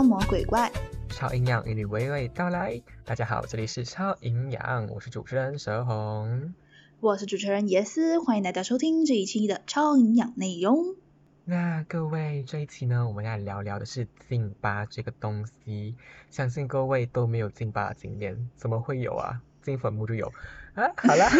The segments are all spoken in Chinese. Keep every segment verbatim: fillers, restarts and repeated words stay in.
妖魔鬼怪。 超营养与你娓娓道来。大家好，这里是超营养，我是主持人佘红， 我是主持人耶斯，欢迎大家收听这一期的超营养内容。 那各位，这一期呢，我们要聊聊的是进吧这个东西。相信各位都没有进吧的经验，怎么会有啊？进坟墓就有啊。好啦，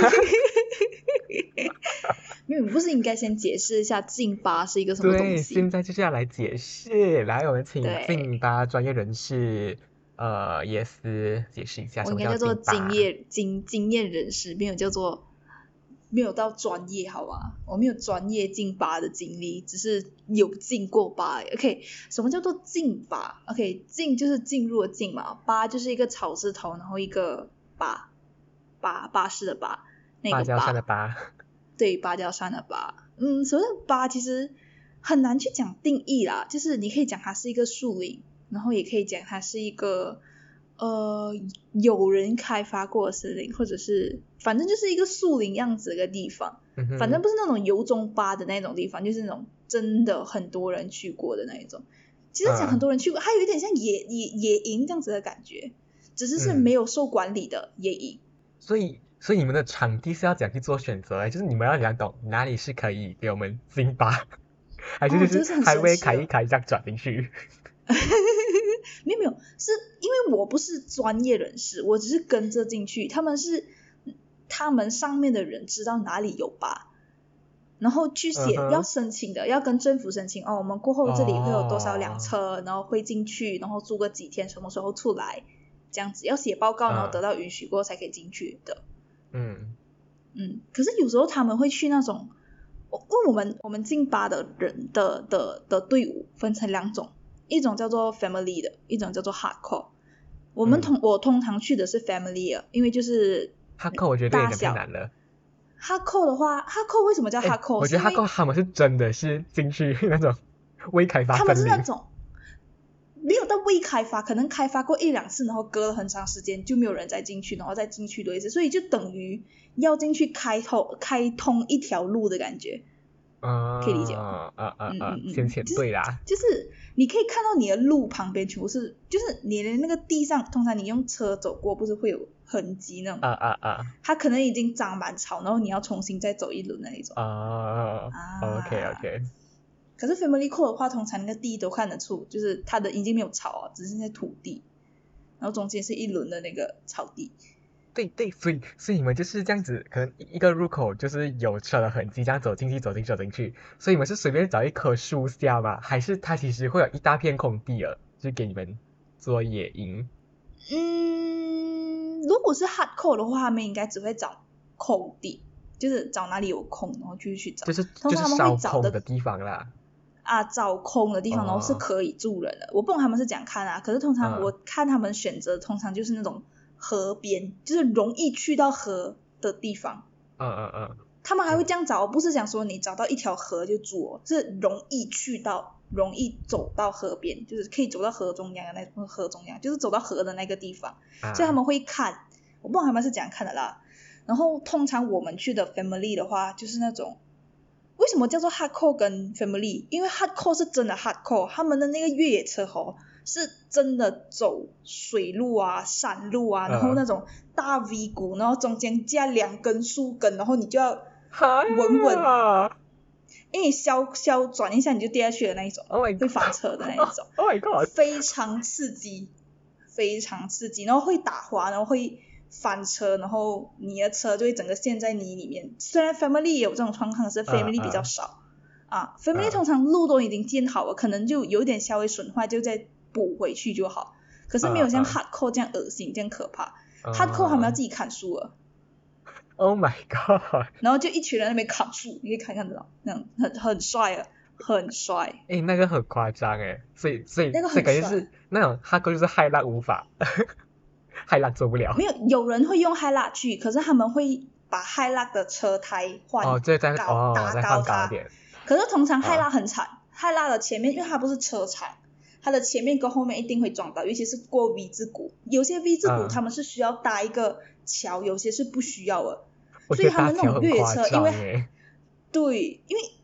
因为你不是应该先解释一下进吧是一个什么东对， 西？ 现在就是要来解释。来，我们请对进吧专业人士，呃，耶斯解释一下我什么应该叫做叫进吧。 经验经经验人士，没有叫做没有到专业，好吧？我没有专业进吧的经历，只是有进过吧。OK， 什么叫做进吧 ？OK， 进就是进入的进嘛，吧就是一个草字头，然后一个吧，吧巴士的吧，那个芭蕉扇的吧， 芭。 对，芭蕉扇的芭。嗯，所谓的吧其实很难去讲定义啦，就是你可以讲它是一个树林，然后也可以讲它是一个呃有人开发过的森林，或者是反正就是一个树林样子的一个地方， 嗯哼， 反正不是那种油中巴的那种地方，就是那种真的很多人去过的那一种。其实讲很多人去过，它有一点像野野野营这样子的感觉，只是是嗯没有受管理的野营。 所以，所以你们的场地是要怎样去做选择欸？就是你们要怎样懂哪里是可以给我们进吧，还是哦， 就是这个是很还会神奇的。 开一开这样转进去？ 没有没有，是因为我不是专业人士，我只是跟着进去，他们是他们上面的人知道哪里有吧，然后去写、 嗯哼， 要申请的，要跟政府申请哦，我们过后这里会有多少辆哦， 车，然后会进去，然后住个几天，什么时候出来，这样子要写报告，然后得嗯到允许过后才可以进去的。 嗯嗯，可是有时候他们会去那种，因为我们我们进吧的人的的的队伍分成两种，一种叫做 family 的，一种叫做 hardcore。我们嗯， 通我通常去的是 family 的，因为就是哈扣我觉得有点太大小。 难了。 hardcore 的话，hardcore 为什么叫哎， hardcore？ 我觉得哈是因为扣他们是真的是进去那种未开发他们是森林。 那种没有到未开发，可能开发过一两次，然后隔了很长时间就没有人再进去，然后再进去多一次，所以就等于要进去开通开通一条路的感觉，可以理解吗？ 啊啊啊嗯啊！ 嗯嗯， 先前就是对啦。 就是你可以看到你的路旁边全部是，就是你的那个地上，通常你用车走过不是会有痕迹那种， 啊啊啊它可能已经长满草，然后你要重新再走一轮那一种啊！OK 啊。 OK。 可是 family core 的话，通常那个地都看得出，就是它的已经没有草啊，只剩下土地，然后中间是一轮的那个草地。 对对，所以所以你们就是这样子，可能一个入口就是有车的痕迹，这样走进去，走进去，走进去。所以你们是随便找一棵树下吗？还是它其实会有一大片空地了，就是给你们做野营？ 嗯，如果是 hardcore 的话，他们应该只会找空地，就是找哪里有空，然后就去找。 就是通常他们就是烧会找的空的地方啦。 啊，找空的地方，然后是哦， 可以住人的。我不懂他们是怎样看啊，可是通常嗯我看他们选择，通常就是那种河边，就是容易去到河的地方。 嗯嗯嗯他们还会这样找，不是讲说你找到一条河就住哦，是容易去到，容易走到河边，就是可以走到河中央的那种河中央，就是走到河的那个地方， 啊所以他们会看，我不知道他们是怎样看的啦。然后通常我们去的 family 的话，就是那种为什么叫做 hardcore 跟 family？ 因为 hardcore 是真的 hardcore， 他们的那个越野车哦，是真的走水路啊、山路啊，然后那嗯， 种大 V 骨，然后中间架两根树根，然后你就要哈稳稳，因为你消消转一下你就跌下去的那一种， ，Oh my 会 god， 翻车的那一种， Oh my god， 非常刺激，非常刺激，然后会打滑，然后会翻车，然后你的车就会整个陷在泥里面。虽然 family 也有这种状况，可是 family 比较少啊。family 通常路都已经建好了，可能就有点稍微损坏，就再补回去就好。可是没有像 hardcore 这样恶心，这样可怕。hardcore 他们要自己砍树了。 Oh my god！ 然后就一群人在那边砍树，你可以看看得到，那样很很帅啊，很帅。 哎，那个很夸张哎，所以所以那个很所以感觉是帅。 那种哈扣就是害辣无法，害辣做不了。 没有，有人会用 Hilux 去，可是他们会把 Hilux 的车胎换哦，再再高， 哦搭再放高高它。 点。 可是通常啊 Hilux 很惨，Hilux 的前面因为它不是车长，它的前面跟后面一定会撞到，尤其是过 V 字骨，有些 V 字骨嗯他们是需要搭一个桥，有些是不需要的。 我所以他们那觉得大桥种越野车，因很夸张为哎。 对，因为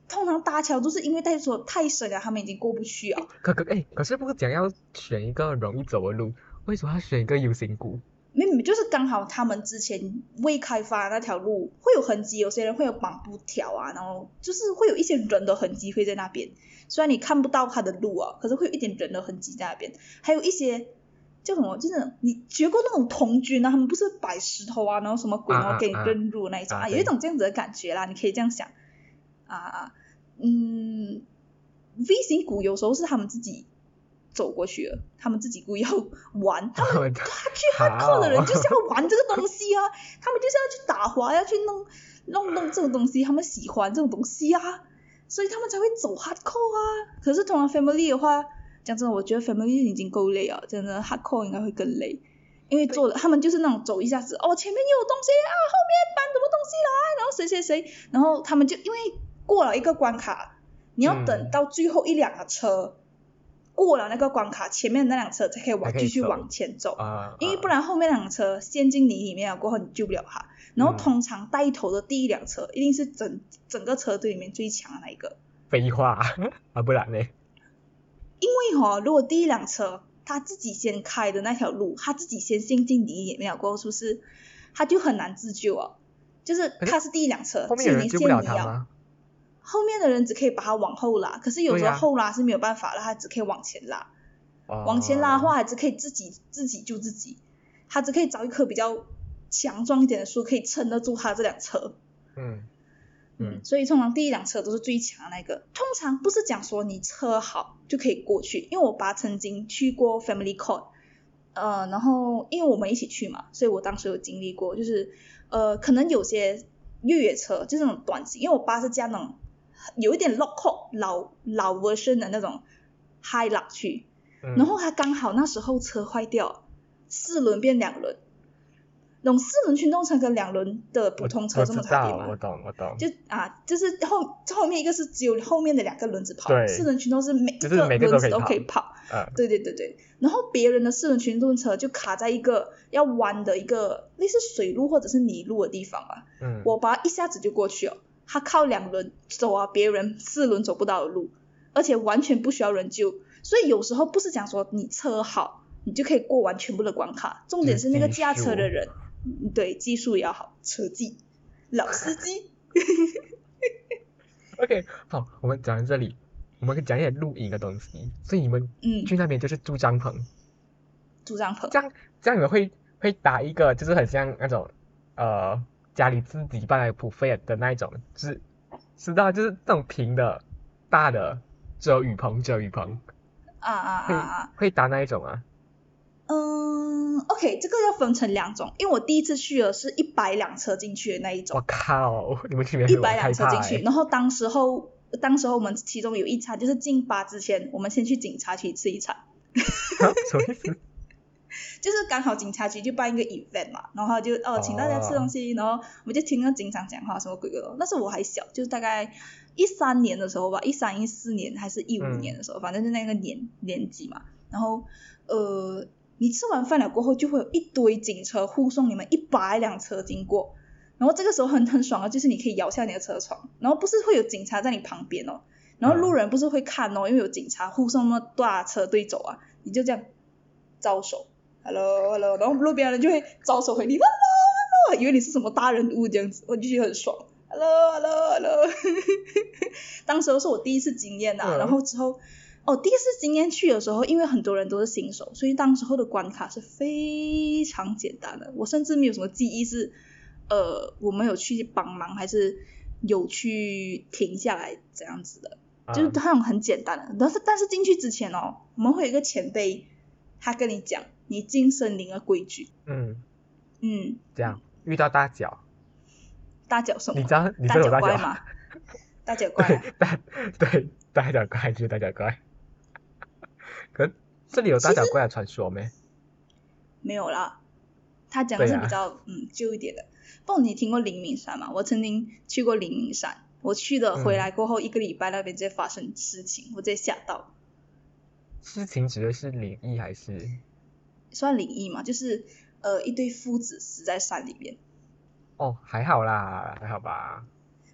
通常搭桥都是因为太说太深了，他们已经过不去了。 可可哎，可是不是讲要选一个容易走的路，为什么要选一个 U 型谷？ 没有，就是刚好他们之前未开发那条路会有痕迹，有些人会有绑布条啊，然后就是会有一些人的痕迹会在那边。虽然你看不到他的路啊，可是会有一点人的痕迹在那边。还有一些叫什么，就是你学过那种童军啊，他们不是摆石头啊，然后什么鬼，然后给你认路那一种啊，啊啊有一种这样子的感觉啦，你可以这样想啊，嗯 ，V 型谷有时候是他们自己走过去了，他们自己故意要玩，他们他去 hardcore 的人就是要玩这个东西啊，他们就是要去打滑，要去弄弄弄这种东西，他们喜欢这种东西啊，所以他们才会走 hardcore 啊。可是通常 family 的话，讲真的，我觉得 family 已经够累了，真的 hardcore 应该会更累，因为做的他们就是那种走一下子，哦前面又有东西啊，后面搬什么东西来，然后谁谁谁，然后他们就因为过了一个关卡，你要等到最后一辆的车。嗯过了那个关卡，前面那辆车才可以往继续往前走， 啊、 因为不然后面那辆车陷进泥里面了过后你救不了它。然后通常带头的第一辆车一定是整整个车队里面最强的那一个。 废话啊，不然呢？ 因为哈、哦，如果第一辆车他自己先开的那条路，他自己先陷进泥里面了过后，是不是他就很难自救啊？就是他是第一辆车， 后面有人救不了他吗？ 后面的人只可以把它往后拉，可是有时候后拉是没有办法的，他只可以往前拉。 啊、 往前拉的话，还只可以自己自己救自己，他只可以找一棵比较强壮一点的树，可以撑得住他这辆车。 嗯嗯, 嗯，所以通常第一辆车都是最强的那个。通常不是讲说你车好就可以过去，因为我爸曾经去过 Family Court， 呃，然后因为我们一起去嘛，所以我当时有经历过，就是呃，可能有些越野车就是那种短型，因为我爸是加那种有一点 local 老老 version 的那种 high lock 去、嗯、然后他刚好那时候车坏掉，四轮变两轮，那种四轮驱动车跟两轮的普通车这么差别吗？ 我懂我懂， 就啊，就是后后面一个是只有后面的两个轮子跑，四轮驱动是每一个轮子都可以跑， 就是、 对对对对。然后别人的四轮驱动车就卡在一个要弯的一个类似水路或者是泥路的地方吧， 嗯， 我把它一下子就过去了，他靠两轮走啊，别人四轮走不到的路，而且完全不需要人救，所以有时候不是讲说你车好你就可以过完全部的关卡，重点是那个驾车的人，对，技术也要好，车技，老司机。 OK， 好，我们讲到这里，我们讲一点露营的东西。所以你们去那边就是住帐篷， 住帐篷。 这样这样你们会会搭一个就是很像那种呃家里自己办的普菲的那一种，是知道就是这种平的大的遮雨棚遮雨棚。 啊啊啊啊！ 会搭那一种啊？ 嗯 ，OK， 这个要分成两种，因为我第一次去的是一百辆车进去的那一种。 我靠，你们去一百辆车进去，然后当时候，当时候我们其中有一餐就是进巴之前，我们先去警察局吃一餐。 什么意思？ 就是刚好警察局就办一个 event 嘛，然后就哦请大家吃东西，然后我们就听那警长讲话什么鬼鬼的。那时候我还小，就是大概一三年的时候吧，一三一四年还是一五年的时候，嗯、反正是那个年年纪嘛。然后呃。你吃完饭了过后，就会有一堆警车护送你们一百辆车经过，然后这个时候很很爽的，就是你可以摇下你的车窗，然后不是会有警察在你旁边哦，然后路人不是会看哦，因为有警察护送那么大车队走啊，你就这样招手 ，hello hello， 然后路边的人就会招手回你 hello hello， 以为你是什么大人物这样子，我就觉得很爽 ，hello hello hello， 当时是我第一次经验啊，然后之后。哦，第一次经验去的时候，因为很多人都是新手，所以当时候的关卡是非常简单的。我甚至没有什么记忆是，呃，我们有去帮忙还是有去停下来这样子的，啊、就是它种很简单的。但是但是进去之前哦，我们会有一个前辈，他跟你讲你进森林的规矩。 嗯嗯， 这样遇到大脚， 大脚什么？ 你知道你知道有大脚怪吗？大脚怪、啊。 大对大脚怪就是大脚怪。可这里有大脚怪的传说没？ 没有啦，他讲的是比较、 啊、 嗯旧一点的。不过你听过灵明山吗？我曾经去过灵明山，我去的回来过后、嗯、一个礼拜那边直接发生事情，我直接吓到。 事情指的是灵异还是？ 算灵异嘛，就是呃一对父子死在山里面。 哦，还好啦，还好吧。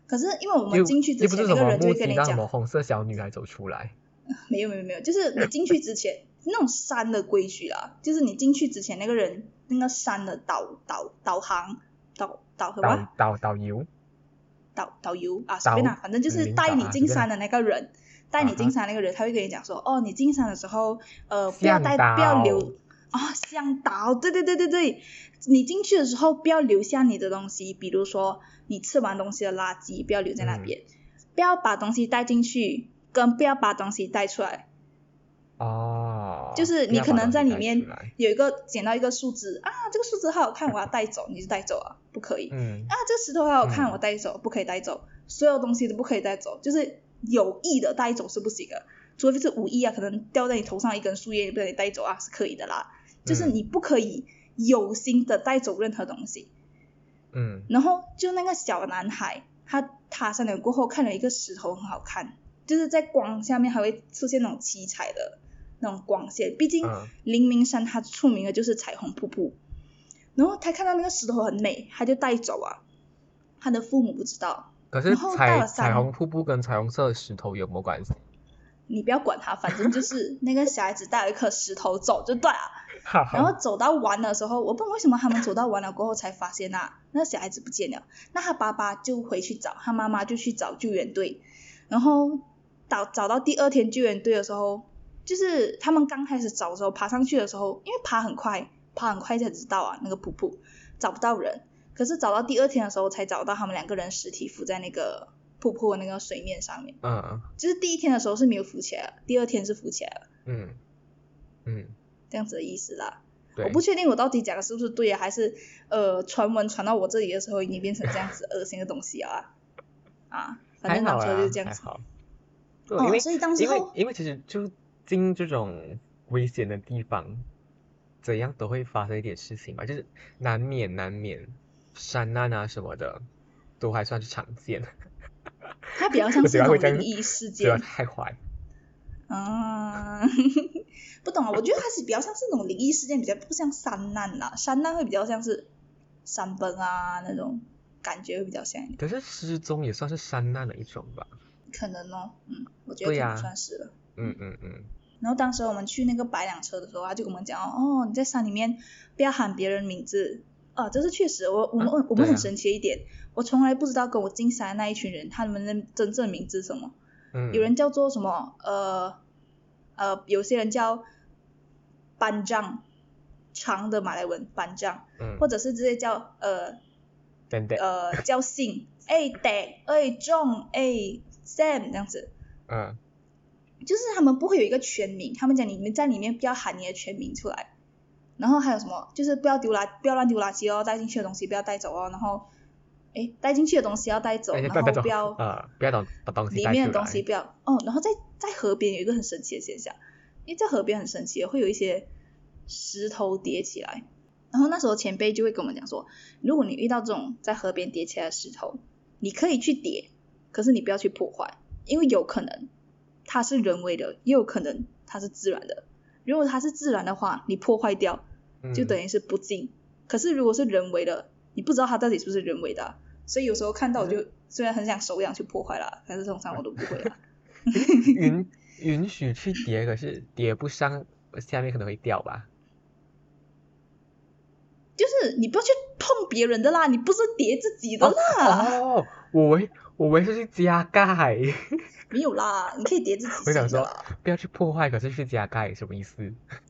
可是因为我们又进去之又不是什么前那个人就目击到什会跟你讲， 么红色小女孩走出来。 没有没有没有，就是你进去之前那种山的规矩啦，就是你进去之前那个人那个山的导导导航导导什么导导导游导导游啊，随便啦，反正就是领导带你啊随便啦进山的那个人，带你进啊山那个人，他会跟你讲说，哦，你进山的时候，呃，不要向带，不要导留啊，向导，对对对对对，你进去的时候不要留下你的东西，比如说你吃完东西的垃圾不要留在那边，不要把东西带进去，跟不要把东西带出来。 哦， 就是你可能在里面不要把东西带出来有一个捡到一个树枝啊，这个树枝好好看，我要带走，你就带走啊，不可以。 嗯啊，这个石头好好看， 嗯我带走，不可以带走，所有东西都不可以带走，就是有意的带走是不行的，除非是无意啊，可能掉在你头上一根树叶，你不可以带走啊，是可以的啦。就是你不可以有心的带走任何东西。 嗯然后就那个小男孩，他爬山了过后看了一个石头很好看，就是在光下面还会出现那种七彩的那种光线，毕竟嗯灵明山它出名的就是彩虹瀑布。然后他看到那个石头很美，他就带走啊，他的父母不知道。 可是然后到彩了山彩虹瀑布跟彩虹色的石头有没有关系？ 你不要管他，反正就是那个小孩子带了一颗石头走就对了。 哈哈然后走到完的时候，我不知道为什么他们走到完了过后才发现啊，那个小孩子不见了。那他爸爸就回去找，他妈妈就去找救援队。然后找找到第二天救援队的时候，就是他们刚开始找的时候，爬上去的时候，因为爬很快，爬很快才知道啊那个瀑布找不到人。可是找到第二天的时候，才找到他们两个人尸体浮在那个瀑布的那个水面上面。 嗯就是第一天的时候是没有浮起来的，第二天是浮起来了， 嗯嗯， 这样子的意思啦。 对， 我不确定我到底讲的是不是对啊，还是呃传闻传到我这里的时候已经变成这样子恶心的东西啊啊，反正当时还好啦就是这样子。 还好。对，因为哦，所以当时因为候因为其实就进这种危险的地方，怎样都会发生一点事情嘛，就是难免难免山难啊什么的，都还算是常见。 它比较像我是那种嘴巴会这样灵异事嘴巴件。 太坏。 啊，不懂啊，我觉得它是比较像是那种灵异事件，比较不像山难啦，山难会比较像是山崩啊那种感觉会比较像一点， 可是失踪也算是山难的一种吧？ 可能哦，嗯，我觉得对呀可能算是了。 嗯嗯嗯然后当时我们去那个白辆车的时候，他就跟我们讲哦，你在山里面不要喊别人名字。啊，这是确实，我我们、 啊我们很对啊神奇的一点，我从来不知道跟我进山的那一群人，他们的真正名字是什么。 嗯， 有人叫做什么呃呃，有些人叫班长，长的马来文班长， 嗯或者是直接叫呃等等， 呃叫姓，哎戴哎 John 哎 Sam 这样子。 嗯就是他们不会有一个全名，他们讲你们在里面不要喊你的全名出来，然后还有什么就是不要丢垃不要乱丢垃圾哦，带进去的东西不要带走哦，然后诶带进去的东西要带走，然哎不要不要后不要啊，不要把把东西里带出来面的东西。不要哦，然后在在河边有一个很神奇的现象，因为在河边很神奇的会有一些石头叠起来，然后那时候前辈就会跟我们讲说，如果你遇到这种在河边叠起来的石头，你可以去叠，可是你不要去破坏，因为有可能它是人为的，也有可能它是自然的。如果它是自然的话，你破坏掉就等于是不敬。 嗯、 可是如果是人为的，你不知道它到底是不是人为的、啊，所以有时候看到我就、嗯、虽然很想手痒去破坏啦，但是通常我都不会啦。 允允许去叠，可是叠不上，下面可能会掉吧。 就是你不要去碰别人的啦，你不是叠自己的啦。 哦，哦我为我为是去加盖。 没有啦，你可以叠自己的啦。 我想说，不要去破坏，可是去加盖什么意思？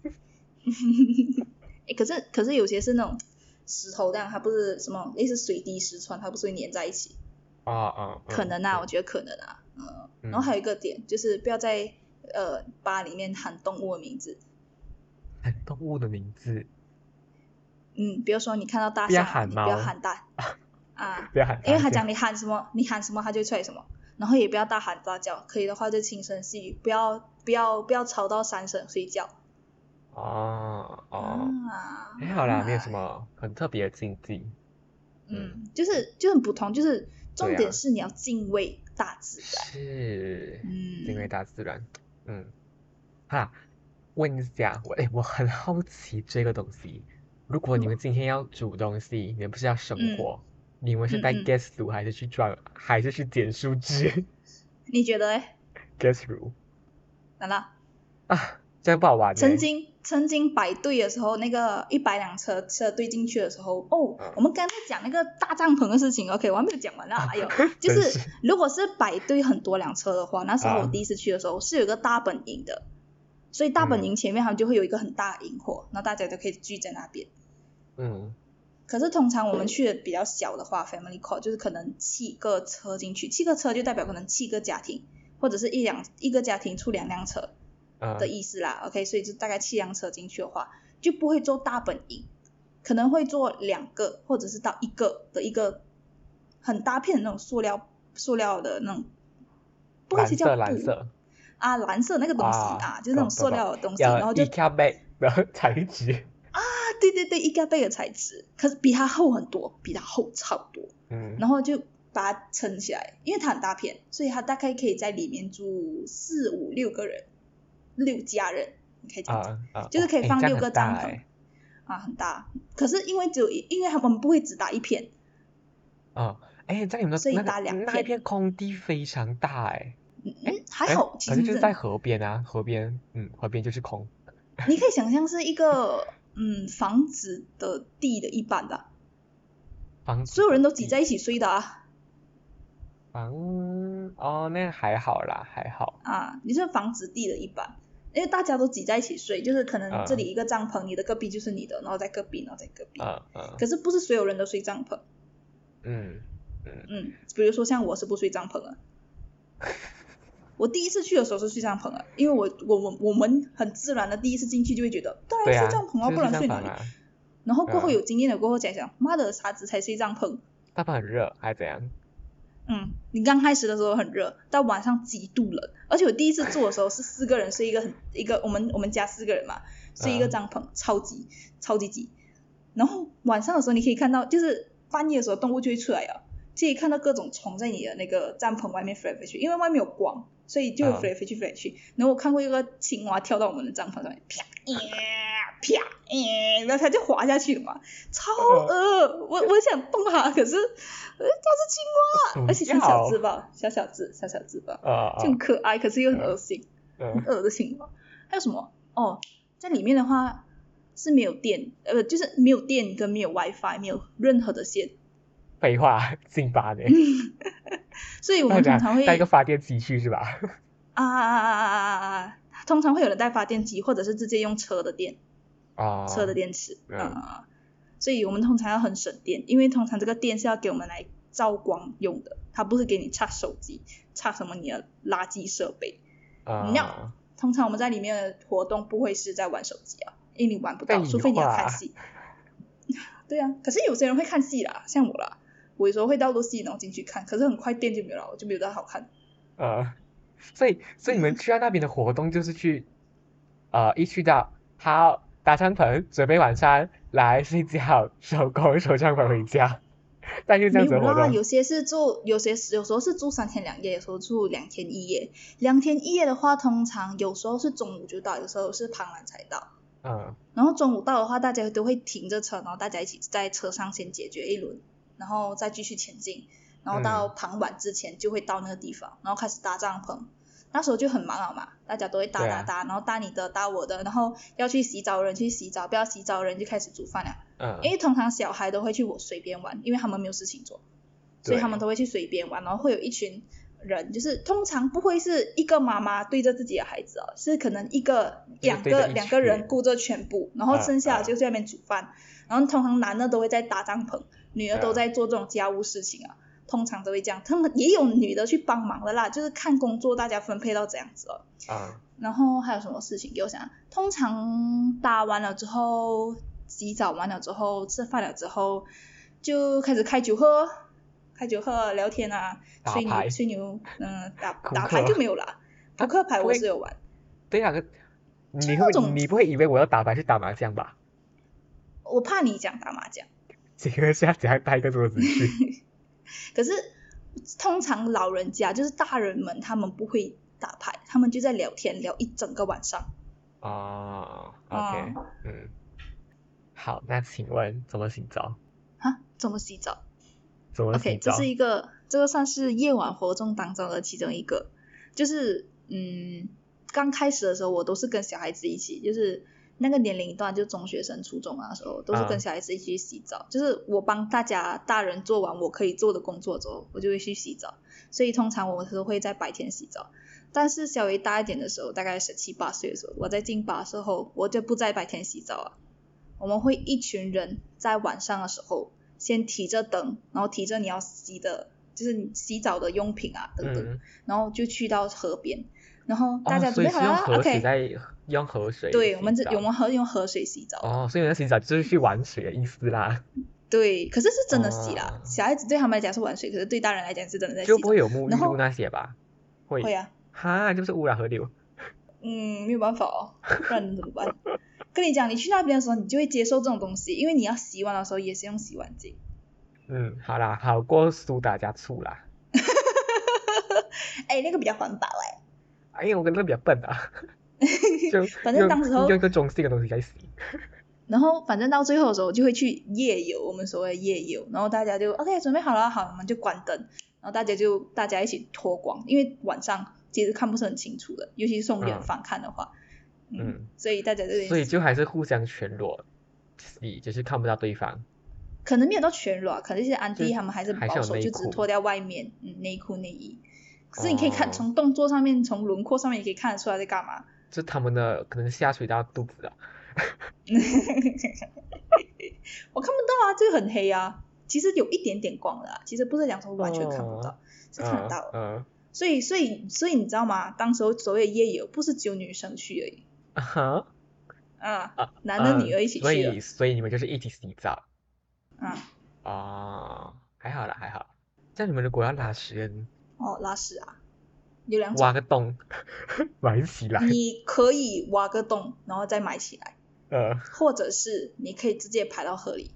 欸、可是可是有些是那种石头这样，它不是什么类似水滴石穿，它不是会粘在一起。 哦哦。 可能啊，我觉得可能啊，嗯。然后还有一个点就是不要在呃吧里面喊动物的名字。 喊动物的名字？ 嗯，比如说你看到大象、啊， 不你不要喊大啊， 不要喊大， 因为他讲你喊什么，你喊什么他就出来什么。然后也不要大喊大叫，可以的话就轻声细语，不要不要不要吵到三声睡觉。 哦哦，还、 啊、 好啦，没有什么很特别的禁忌。 嗯，嗯就是就很普通，就是重点是你要敬畏大自然。 是， 嗯， 敬畏大自然。嗯，哈，问一下我，哎，我很好奇这个东西。如果你们今天要煮东西，你们不是要生火， 嗯你们是带嗯嗯， guess 炉还是去装，还是去捡树枝你觉得嘞？ guess 炉难道啊？这样不好玩呢。 曾经曾经摆队的时候，那个一百辆车车队进去的时候，哦，我嗯们刚才讲那个大帐篷的事情，OK，我还没有讲完啊。哎呦，就是真是如果是摆队很多辆车的话，那时候我啊， 第一次去的时候是有一个大本营的，所以大本嗯营前面他们就会有一个很大的营火，然后大家都可以聚在那边。 嗯可是通常我们去的比较小的话，family car 就是可能七个车进去，七个车就代表可能七个家庭，或者是一辆一个家庭出两辆车的啊意思啦。OK， 所以就大概七辆车进去的话，就不会做大本营，可能会做两个或者是到一个的一个很大片的那种塑料塑料的那种，不会是蓝色叫布蓝色啊，蓝色那个东西啊， 啊，就是那种塑懂懂懂， 料的东西， 要然后就 IKEA bag 的材质。 啊，对对对，一个贝的材质，可是比它厚很多，比它厚超多， 嗯然后就把它撑起来，因为它很大片，所以它大概可以在里面住四五六个人，六家人，你可以这样讲， 啊啊， 就是可以诶这样放六个很大帐篷诶。 啊，很大。可是因为只有一，因为他们不会只打一片， 哦，哎，在你们的那个所以打两片。 那一片空地非常大哎， 嗯哎嗯，还哎， 好，其可是实真的， 就是在河边啊，河边，嗯，河边就是空， 你可以想象是一个嗯房子的地的一半吧， 房子所有人的地都挤在一起睡的啊。 房，哦，那还好啦，还好， 啊，你是房子地的一半，因为大家都挤在一起睡，就是可能这里嗯一个帐篷，你的隔壁就是你的，然后在隔壁，然后在隔壁。 嗯嗯可是不是所有人都睡帐篷， 嗯嗯， 嗯，比如说像我是不睡帐篷的，我第一次去的时候是睡帐篷的，因为我我我我们很自然的第一次进去就会觉得，当然对啊， 睡帐篷啊，不就是然睡哪里？ 上房啊， 然后过后嗯， 有经验了过后才想，妈的啥子才睡帐篷？ 大半很热还怎样？ 嗯，你刚开始的时候很热，到晚上极度冷，而且我第一次住的时候是四个人睡一个很一个我们我们家四个人嘛，睡一个嗯帐篷，超级超级挤。然后晚上的时候你可以看到，就是半夜的时候动物就会出来了，就可以看到各种虫在你的那个帐篷外面飞来飞去，因为外面有光，所以就会飞嗯， 来飞去飞来飞去。然后我看过一个青蛙跳到我们的帐篷上面，啪，耶啪，耶，然后它就滑下去了嘛，超呃， 恶，我我想动它，可是呃它是青蛙， 不而且很小只要， 吧，小小只，小小只吧， 呃就很呃可爱，可是又很恶呃心，很呃， 恶的青蛙。还有什么？哦，在里面的话是没有电，呃，就是没有电跟没有 WiFi，没有任何的线， 废话，辛巴呢？ 所以我们通那这样常会带一个发电机去是吧？ 啊啊啊啊啊啊啊，通常会有人带发电机，或者是直接用车的电，车的哦， 电池嗯啊、所以我们通常要很省电，因为通常这个电是要给我们来照光用的，它不是给你插手机、插什么你的垃圾设备。No， 啊， 通常我们在里面的活动不会是在玩手机啊，因为你玩不到， 废除非你要看话， 戏。对啊，可是有些人会看戏啦，像我啦，我有时候会盗录戏然后进去看，可是很快电就没有了，我就没有那好看。 呃，所以所以你们去到那边的活动就是去，呃，一去到好搭帐篷，准备晚餐，来睡觉，收工，收帐篷回家，大概就这样子没有啦， 的活动。 有些是住，有些有时候是住三天两夜，有时候住两天一夜。两天一夜的话，通常有时候是中午就到，有时候是傍晚才到。 嗯然后中午到的话，大家都会停着车，然后大家一起在车上先解决一轮，然后再继续前进，然后到嗯傍晚之前就会到那个地方，然后开始搭帐篷。那时候就很忙了嘛，大家都会搭对啊搭搭，然后搭你的搭我的，然后要去洗澡的人去洗澡，不要洗澡的人就开始煮饭了。因嗯， 为通常小孩都会去我水边玩，因为他们没有事情做，所以他们对， 都会去水边玩，然后会有一群人，就是通常不会是一个妈妈对着自己的孩子哦，是可能一个两就是对着一个两个人群， 顾着全部，然后嗯剩下的嗯就在那边煮饭，然后通常男的都会在搭帐篷，女的都嗯在做这种家务事情啊，通常都会这样，他们也有女的去帮忙的啦，就是看工作大家分配到这样子哦。 嗯然后还有什么事情给我想想，通常搭完了之后，洗澡完了之后，吃饭了之后，就开始开酒喝，开酒喝聊天啊，吹牛打牌， 吹牛，嗯，打扑打牌就克没有啦，扑啊， 克牌不会， 我是有玩， 对啊，可你会就那种你不会以为我要打牌去打麻将吧？ 我怕你讲打麻将， 请问下怎样带一个桌子去？ 可是通常老人家就是大人们他们不会打牌，他们就在聊天聊一整个晚上， 哦啊、 ，OK，嗯，好，那请问怎么洗澡？ 哈，怎么洗澡？ 怎么洗 OK， 这澡？ 是一个，这个算是夜晚活动当中的其中一个，就是嗯，刚开始的时候我都是跟小孩子一起，就是那个年龄段就中学生、初中啊的时候，都是跟小孩子一起去洗澡，啊、就是我帮大家大人做完我可以做的工作之后，我就会去洗澡，所以通常我都会在白天洗澡。但是稍微大一点的时候，大概十七八岁的时候，我在进吧的时候，我就不在白天洗澡了。我们会一群人在晚上的时候，先提着灯，然后提着你要洗的，就是你洗澡的用品啊等等， 嗯， 然后就去到河边，然后大哦， 家所以是用准备好了啊河水 ，OK， 在用河水对，我们洗这我们澡。 和用河水洗澡的， 哦，所以那洗澡就是去玩水的意思啦。 对，可是是真的洗啦， 哦， 小孩子对他们来讲是玩水，可是对大人来讲是真的在洗澡， 就不会有沐浴露然后那些吧？会， 会啊， 哈，就是污染河流。 嗯，没有办法哦，不然能怎么办？跟你讲，你去那边的时候，你就会接受这种东西，因为你要洗碗的时候也是用洗碗巾。 嗯，好啦，好过苏打加醋啦。 哎，那个比较环保哎。 哎呀，我跟那个比较笨啊，就反正用当时候用一个中性的东西来洗。 然后反正到最后的时候就会去夜游，我们所谓的夜游，然后大家就 OK 准备好了，好，我们就关灯，然后大家就大家一起脱光，因为晚上其实看不是很清楚的，尤其是送远方看的话，嗯， 嗯， 所以大家就所以就还是互相全裸洗，就是看不到对方。 可能没有到全裸，可能这些安迪就他们还是还是保守， 有内裤。 就只是脱掉外面，嗯，内裤内衣。可是你可以看哦， 从动作上面，从轮廓上面也可以看得出来在干嘛。 就他们的可能下水到肚子啊。 我看不到啊，这个很黑啊，其实有一点点光的啊，其实不是讲说完全看不到， 哦， 是看得到的。 嗯嗯， 所以所以所以你知道吗？当时候所谓的夜游不是只有女生去而已， 啊哈， 啊， 啊男的女嗯， 的一起所去了， 以所以你们就是一起洗澡。 啊， 哦，还好啦还好。像你们如果要拉屎， 哦，拉屎啊，有两种， 挖个洞埋起来。 你可以挖个洞然后再埋起来， 呃， 或者是你可以直接排到河里。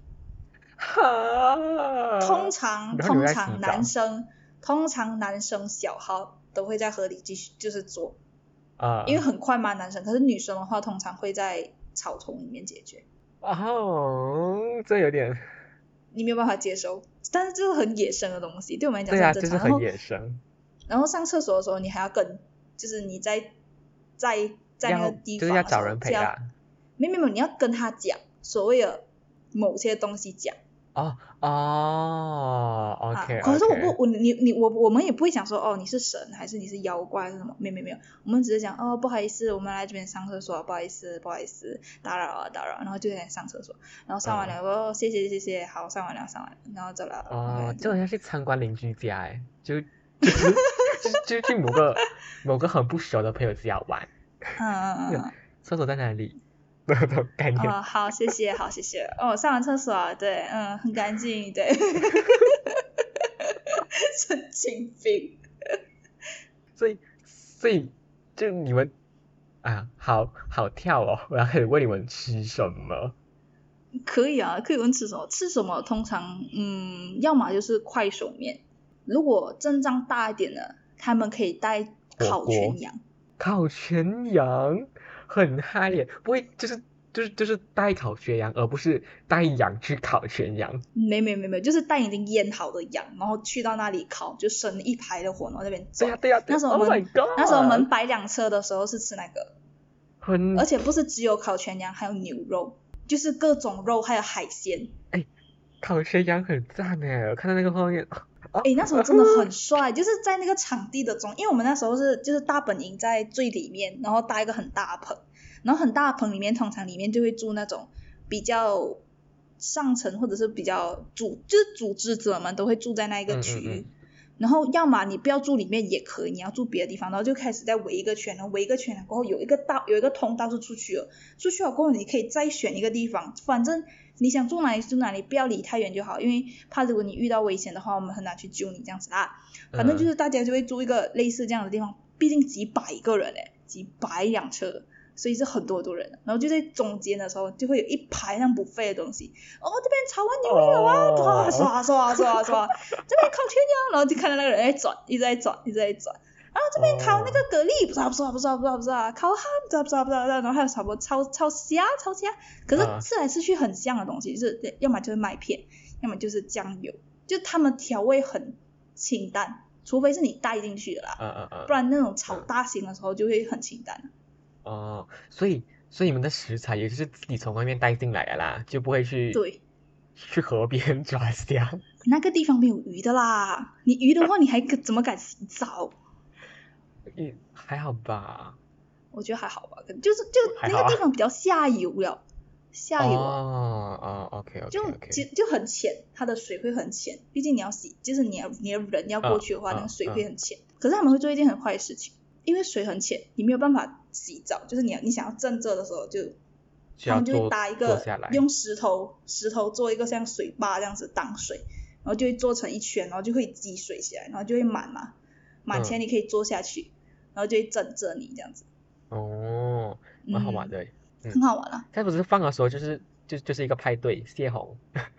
哈， 通常然后你们在洗通常男澡生通常男生小号都会在河里继续就是做， 啊。 因为很快嘛男生，可是女生的话通常会在草丛里面解决。 哦，这有点， 你没有办法接受，但是这是很野生的东西，对我们来讲对啊， 是很正常。 就是很野生。 然后上厕所的时候，你还要跟，就是你在在在那个要地就是要找方的时候，是要人陪啦。 没有没有，你要跟他讲所谓的某些东西讲哦哦啊。 ，OK 可是我不 OK， 我你你我我们也不会讲说哦你是神还是你是妖怪还是什么，没有没有没有，我们只是讲哦不好意思，我们来这边上厕所，不好意思不好意思，打扰了打扰，然后就在上厕所，然后上完了哦谢谢谢谢，好上完了上完了，然后走了。 哦， OK， 就好像去参观邻居家哎，就就是就就去某个某个很不熟的朋友家玩。 嗯嗯嗯嗯。 厕所在哪里？那种概念。 哦，好，谢谢，好，谢谢。哦，上完厕所啊，对，嗯，很干净，对。神经病。 所以所以就你们啊，好好跳哦！我要开始问你们吃什么。 可以啊，可以问吃什么？吃什么？通常，嗯，要么就是快手面，如果阵仗大一点的，他们可以带烤全羊。 烤全羊很嗨耶，不会就是就是就是带烤全羊，而不是带羊去烤全羊。 没没没没，就是带已经腌好的羊，然后去到那里烤，就生一排的火，然后那边走。 对呀对呀， 那时候我们、 oh my god， 那时候我们摆辆车的时候是吃那个， 很而且不是只有烤全羊，还有牛肉，就是各种肉，还有海鲜。 哎，烤全羊很赞哎，我看到那个画面。 哎、欸，那时候真的很帅，就是在那个场地的中，因为我们那时候是就是大本营在最里面，然后搭一个很大的棚，然后很大的棚里面通常里面就会住那种比较上层或者是比较组就是组织者们都会住在那一个区域，嗯嗯嗯，然后要么你不要住里面也可以，你要住别的地方，然后就开始在围一个圈，然后围一个圈了过后有一个道有一个通道是出去了，出去了过后你可以再选一个地方，反正你想住哪里住哪里，不要离太远就好，因为怕如果你遇到危险的话，我们很难去救你这样子啦。反正就是大家就会租一个类似这样的地方，毕竟几百个人诶，几百辆车，所以是很多很多人。然后就在中间的时候，就会有一排像buffet的东西，哦这边炒完牛肉了啊，刷刷刷刷刷，这边烤全羊，然后就看到那个人在转，一直在转，一直在转。然后这边烤那个蛤蜊，不知道不知道不知道不知道不知道，烤ham不知道不知道不知道，然后还有炒炒炒虾炒虾，可是吃来吃去很像的东西，就是要么就是麦片，要么就是酱油， 就他们调味很清淡，除非是你带进去的啦， 嗯嗯嗯， 不然那种炒大型的时候就会很清淡。 哦，所以所以你们的食材也就是自己从外面带进来的啦，就不会去对， 去河边抓虾。 那个地方没有鱼的啦，你鱼的话你还怎么敢洗澡？ 嗯，还好吧。 我觉得还好吧，可能就是就还好啊那个地方比较下游了，下游啊， 哦哦，OK OK 就 OK。 就就很浅，它的水会很浅，毕竟你要洗，就是你要你的人要过去的话， 嗯那个水嗯会很浅。可是他们会做一件很坏的事情，因为水很浅，你没有办法洗澡，就是你你想要正着的时候就，他们就会需要坐搭一个坐下来。 用石头石头做一个像水坝这样子挡水，然后就会做成一圈，然后就会积水起来，然后就会满嘛，满起来你可以坐下去，然后就会枕着你这样子。 哦，蛮好玩嗯， 的。嗯， 很好玩啊。 它不是放的时候就是就就是一个派对，泄洪。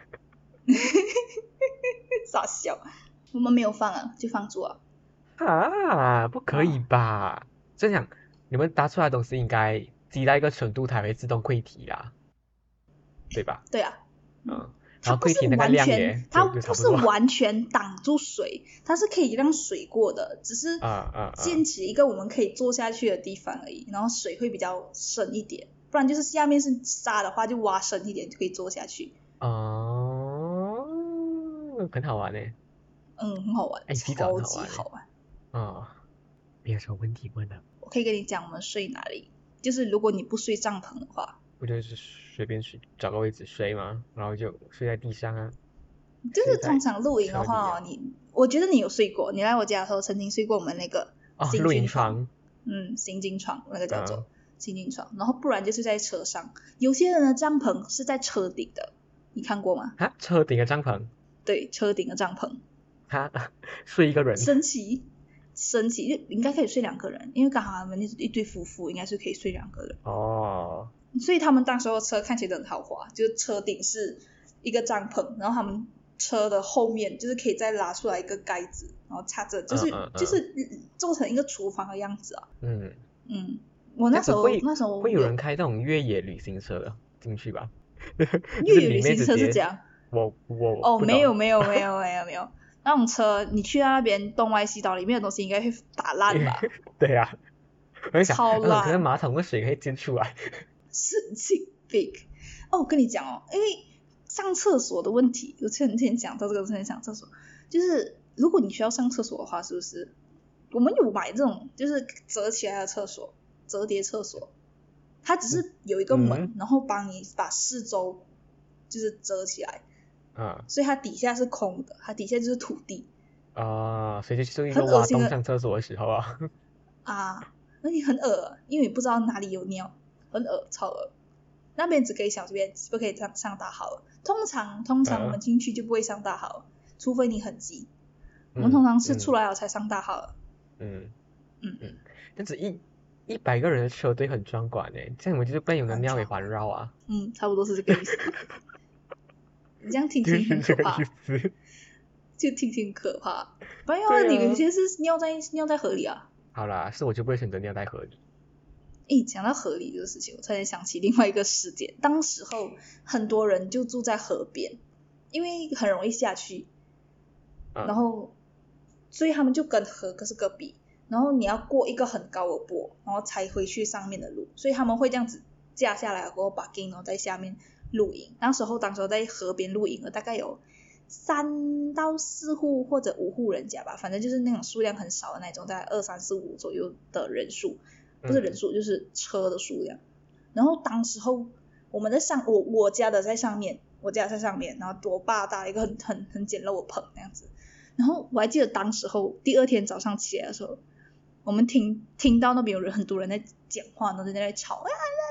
傻笑，我们没有放啊，就放住啊。 啊，不可以啊， 吧？这样你们搭出来的东西应该积到一个程度才会自动溃体啦，对吧？ 对啊， 嗯，然后它不是溃体那个完全， 量也它就就差不多。 不是完全挡住水，它是可以让水过的，只是啊啊啊！ 建起一个我们可以坐下去的地方而已，然后水会比较深一点，不然就是下面是沙的话就挖深一点就可以坐下去。 哦，很好玩呢。 嗯，很好玩， 哎，洗澡超很好玩呢。 级好玩。 哦，没有什么问题问了。 我可以跟你讲我们睡哪里，就是如果你不睡帐篷的话， 我就是随便睡，找个位置睡嘛，然后就睡在地上啊， 就是睡在通常露营的话、 车里啊。 哦，你我觉得你有睡过，你来我家的时候曾经睡过我们那个哦，露营行军床， 床。 嗯，行军床那个叫做嗯行军床，然后不然就是在车上，有些人的帐篷是在车顶的，你看过吗？ 哈，车顶的帐篷。 对，车顶的帐篷， 哈，睡一个人。 神奇，神奇，就应该可以睡两个人，因为刚好他们一一对夫妇应该是可以睡两个人， 哦， 所以他们当时候车看起来都很豪华，就是车顶是一个帐篷，然后他们车的后面就是可以再拉出来一个盖子，然后插着，就是、 嗯嗯嗯就是做成一个厨房的样子啊。 嗯， 嗯，我那时候这样子会那时候会有人开那种越野旅行车进去吧？就越是里野旅行车是面直接这样。 我我哦， 不懂。 没有没有没有没有没有，那种车你去到那边东歪西倒，里面的东西应该会打烂吧？ 对呀、我在想， 超嗯，可能烂， 马桶的水可以溅出来。 神经病。哦，我跟你讲哦，因为上厕所的问题，我前天讲到这个，之前讲厕所，就是如果你需要上厕所的话，是不是？我们有买这种就是折起来的厕所，折叠厕所，它只是有一个门， 嗯然后帮你把四周就是折起来， 啊所以它底下是空的，它底下就是土地啊，所以就是一很个挖洞恶心的上厕所的时候啊。 啊，那你很恶，因为你不知道哪里有尿，很恶，超恶。那边只可以小便，不可以上上大号了。通常通常我们进去就不会上大号，除非你很急。我们通常是出来了才上大号了。 嗯嗯嗯，但是一一百个人的车队很壮观诶，这样我们就是被你们的庙给环绕啊。 嗯，差不多是这个意思。你这样听就听很可怕是这个意，思。 就听听可怕。不然对啊你有些是尿在尿在河里啊。 好啦，是我就不会选择尿在河里。 诶，讲到河里这个事情，我突然想起另外一个事件。当时候很多人就住在河边，因为很容易下去， 嗯然后所以他们就跟河可是隔壁，然后你要过一个很高的坡，然后才回去上面的路，所以他们会这样子架下来过后把 g 然后在下面露营。那时候当时候在河边露营了大概有三到四户或者五户人家吧，反正就是那种数量很少的那种，大概二三四五左右的人数，不是人数、嗯、就是车的数量。然后当时候我们在上我我家的在上面，我家在上面，然后我爸搭一个很很很简陋的棚那样子。然后我还记得当时候第二天早上起来的时候，我们听听到那边有人很多人在讲话，然后在那里吵，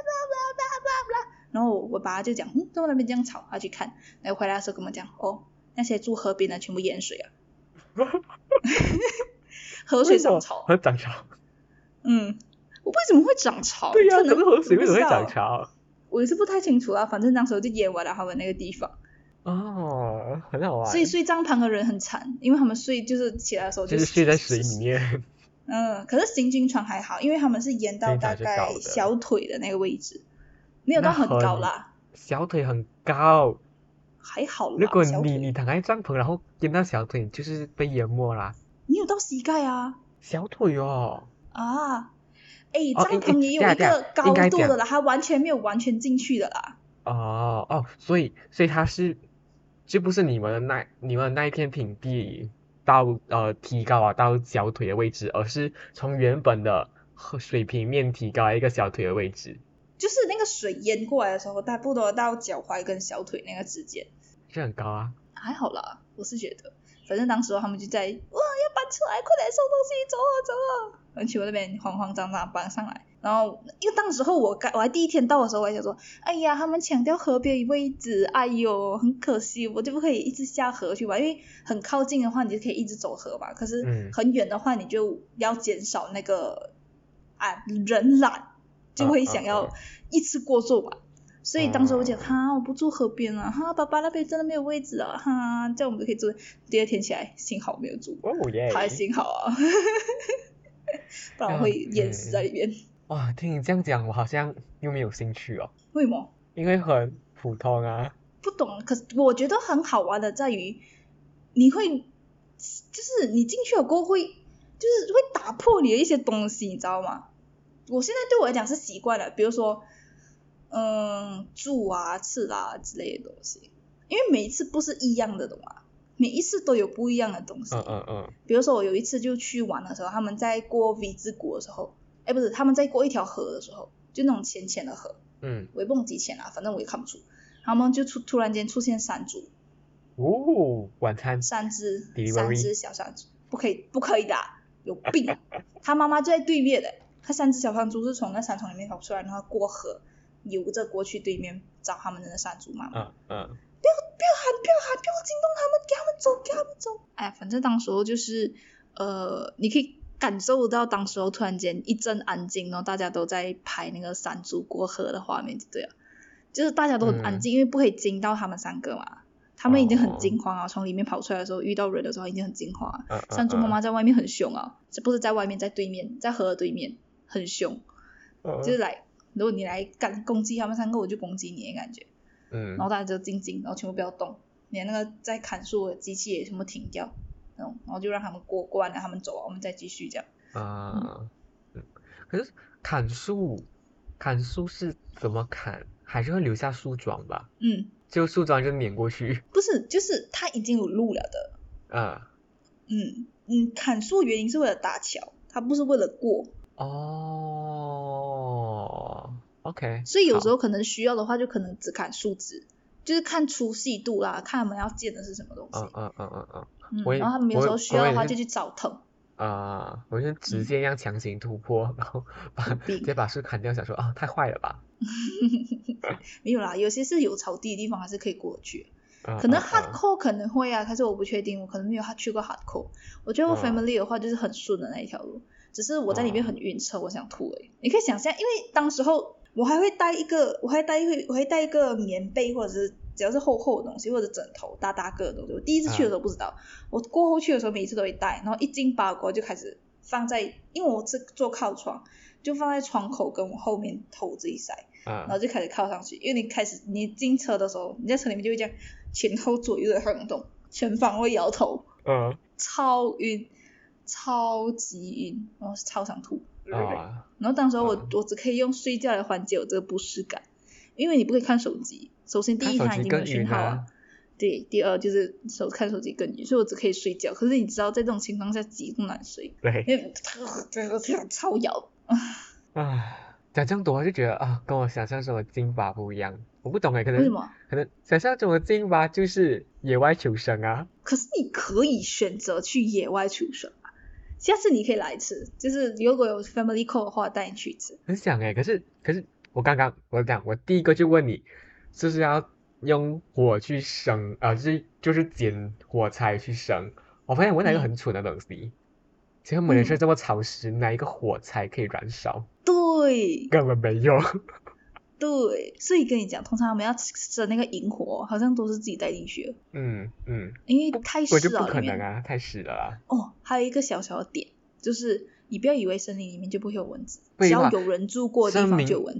然后我爸就讲，嗯，怎么那边这样吵？他去看，然后回来的时候跟我们讲，哦，那些住河边的全部淹水啊，河水涨潮， 河涨潮。 嗯，我为什么会涨潮？ 对呀、啊，可是河水为什么会涨潮？ 我也是不太清楚啦，反正那时候就淹完了他们那个地方。 哦，很好玩。 所以睡帐篷的人很惨，因为他们睡就是起来的时候就就是睡在水里面。 嗯，可是行军床还好，因为他们是淹到大概小腿的那个位置，没有到很高啦。 小腿很高。 还好啦， 如果小腿你你躺在帐篷，然后淹到小腿，就是被淹没啦。 你有到膝盖啊小腿哦。 啊，诶， 哦，应应帐篷也有这样这样， 一个应该讲高度的啦，它完全没有完全进去的啦。 哦哦，所以所以它是就不是你们的那你们的那一片平地到呃提高啊到小腿的位置，而是从原本的和水平面提高一个小腿的位置， 就是那个水淹过来的时候，差不多到脚踝跟小腿那个之间， 是很高啊。 还好啦，我是觉得，反正当时他们就在哇要搬出来，快点收东西，走啊走啊，然后去我那边慌慌张张搬上来，然后因为当时候我刚我还第一天到的时候，我还想说，哎呀，他们抢掉河边位置，哎呦，很可惜，我就不可以一直下河去吧，因为很靠近的话，你就可以一直走河嘛，可是嗯很远的话，你就要减少那个啊人懒，就会想要嗯嗯一次过做完。所以当时我讲嗯哈，我不住河边啊，哈，爸爸那边真的没有位置啊，哈，这样我们就可以住。第二天起来，幸好没有住， 哦耶， 还幸好啊，不然我会淹死在里面。 哇，听你这样讲，我好像又没有兴趣哦， 为什么？ 因为很普通啊。 不懂，可是我觉得很好玩的在于，你会，就是你进去了过后会，就是会打破你的一些东西，你知道吗？我现在对我来讲是习惯了，比如说，嗯，住啊、吃啊之类的东西，因为每一次不是一样的，懂吗？每一次都有不一样的东西。 嗯嗯嗯。 比如说我有一次就去玩的时候，他们在过 V 字谷的时候，哎，不是，他们在过一条河的时候，就那种浅浅的河， 嗯。 我也不懂几浅啊，反正我也看不出。他们就突突然间出现山猪， 哦，晚餐三只 Delivery 三只小山猪，不可以不可以的，有病啊！他妈妈就在对面的，他三只小山猪是从那山丛里面跑出来，然后过河游着过去对面找他们的山猪妈妈。 嗯嗯。 不要不要喊不要喊不要惊动他们，给他们走给他们走。哎，反正当时候就是呃，你可以感受到当时候突然间一阵安静，然后大家都在拍那个山猪过河的画面，就对了。就是大家都很安静， 嗯、 因为不可以惊到他们三个嘛。他们已经很惊慌啊， 哦、 从里面跑出来的时候，遇到人的时候已经很惊慌啊。 嗯嗯、 山猪妈妈在外面很凶啊，这不是在外面，在对面，在河的对面，很凶， 嗯、 就是来，如果你来干攻击他们三个，我就攻击你的感觉。 嗯。 然后大家就静静，然后全部不要动，连那个在砍树的机器也全部停掉，然后然后就让他们过过完了，他们走啊，我们再继续这样。 啊，嗯，可是砍树，砍树是怎么砍？还是会留下树桩吧？ 嗯， 就树桩就碾过去。 不是，就是它已经有路了的。 啊。 嗯嗯，砍树原因是为了搭桥，它不是为了过。 哦 ，OK。 所以有时候可能需要的话，就可能只砍树枝，就是看粗细度啦，看他们要建的是什么东西。 嗯嗯嗯嗯嗯。 嗯， 我也然后他们有时候需要的话我就去找藤。 啊，我就直接这样强行突破，然后把有病直接把树砍掉，想说啊，太坏了吧。 没有啦，有些是有草地的地方还是可以过得去。 嗯可能嗯嗯 hardcore 可能会啊，但是我不确定，我可能没有去过 hardcore。我觉得我嗯 family 的话就是很顺的那一条路，只是我在里面哦很晕车，我想吐而已。你可以想象，因为当时候我还会带一个，我还带一个，我会带一个棉被或者是只要是厚厚的东西或者枕头大大个的东西。我第一次去的时候不知道，我过后去的时候每一次都会带，然后一进巴国就开始放在，因为我是坐靠窗，就放在窗口跟我后面头这一塞。 啊。 然后就开始靠上去，因为你开始你进车的时候，你在车里面就会这样前后左右的晃动，全方位摇头， 嗯。 超晕，超级晕，然后超想吐。 啊。 然后当时候我、 嗯我只可以用睡觉来缓解我这个不适感，因为你不可以看手机，首先第一它已经没有讯号啊，对，第二就是手看手机更晕，所以我只可以睡觉。可是你知道在这种情况下极度难睡， 对。 因为超摇。 唉。讲这样多，我就觉得啊，跟我想象中的金发不一样。我不懂哎，可能为什么？ 可能想象中的金发就是野外求生啊。 可是你可以选择去野外求生啊，下次你可以来一次，就是如果有 family call 的话，带你去一次。 很想哎，可是可是我刚刚我讲，我第一个就问你，就是要用火去生啊、呃，就是就是捡火柴去生。我发现我问了一个很蠢的东西。请问马来西亚这么潮湿，哪一个火柴可以燃烧？ 对， 根本没有。 对，所以跟你讲，通常我们要生那个萤火，好像都是自己带进去的。 嗯嗯。 因为太湿了我就不可里面。 能啊，太湿了啊。 哦，还有一个小小的点，就是你不要以为森林里面就不会有蚊子， 废话只要有人住过的地方森林就有蚊子。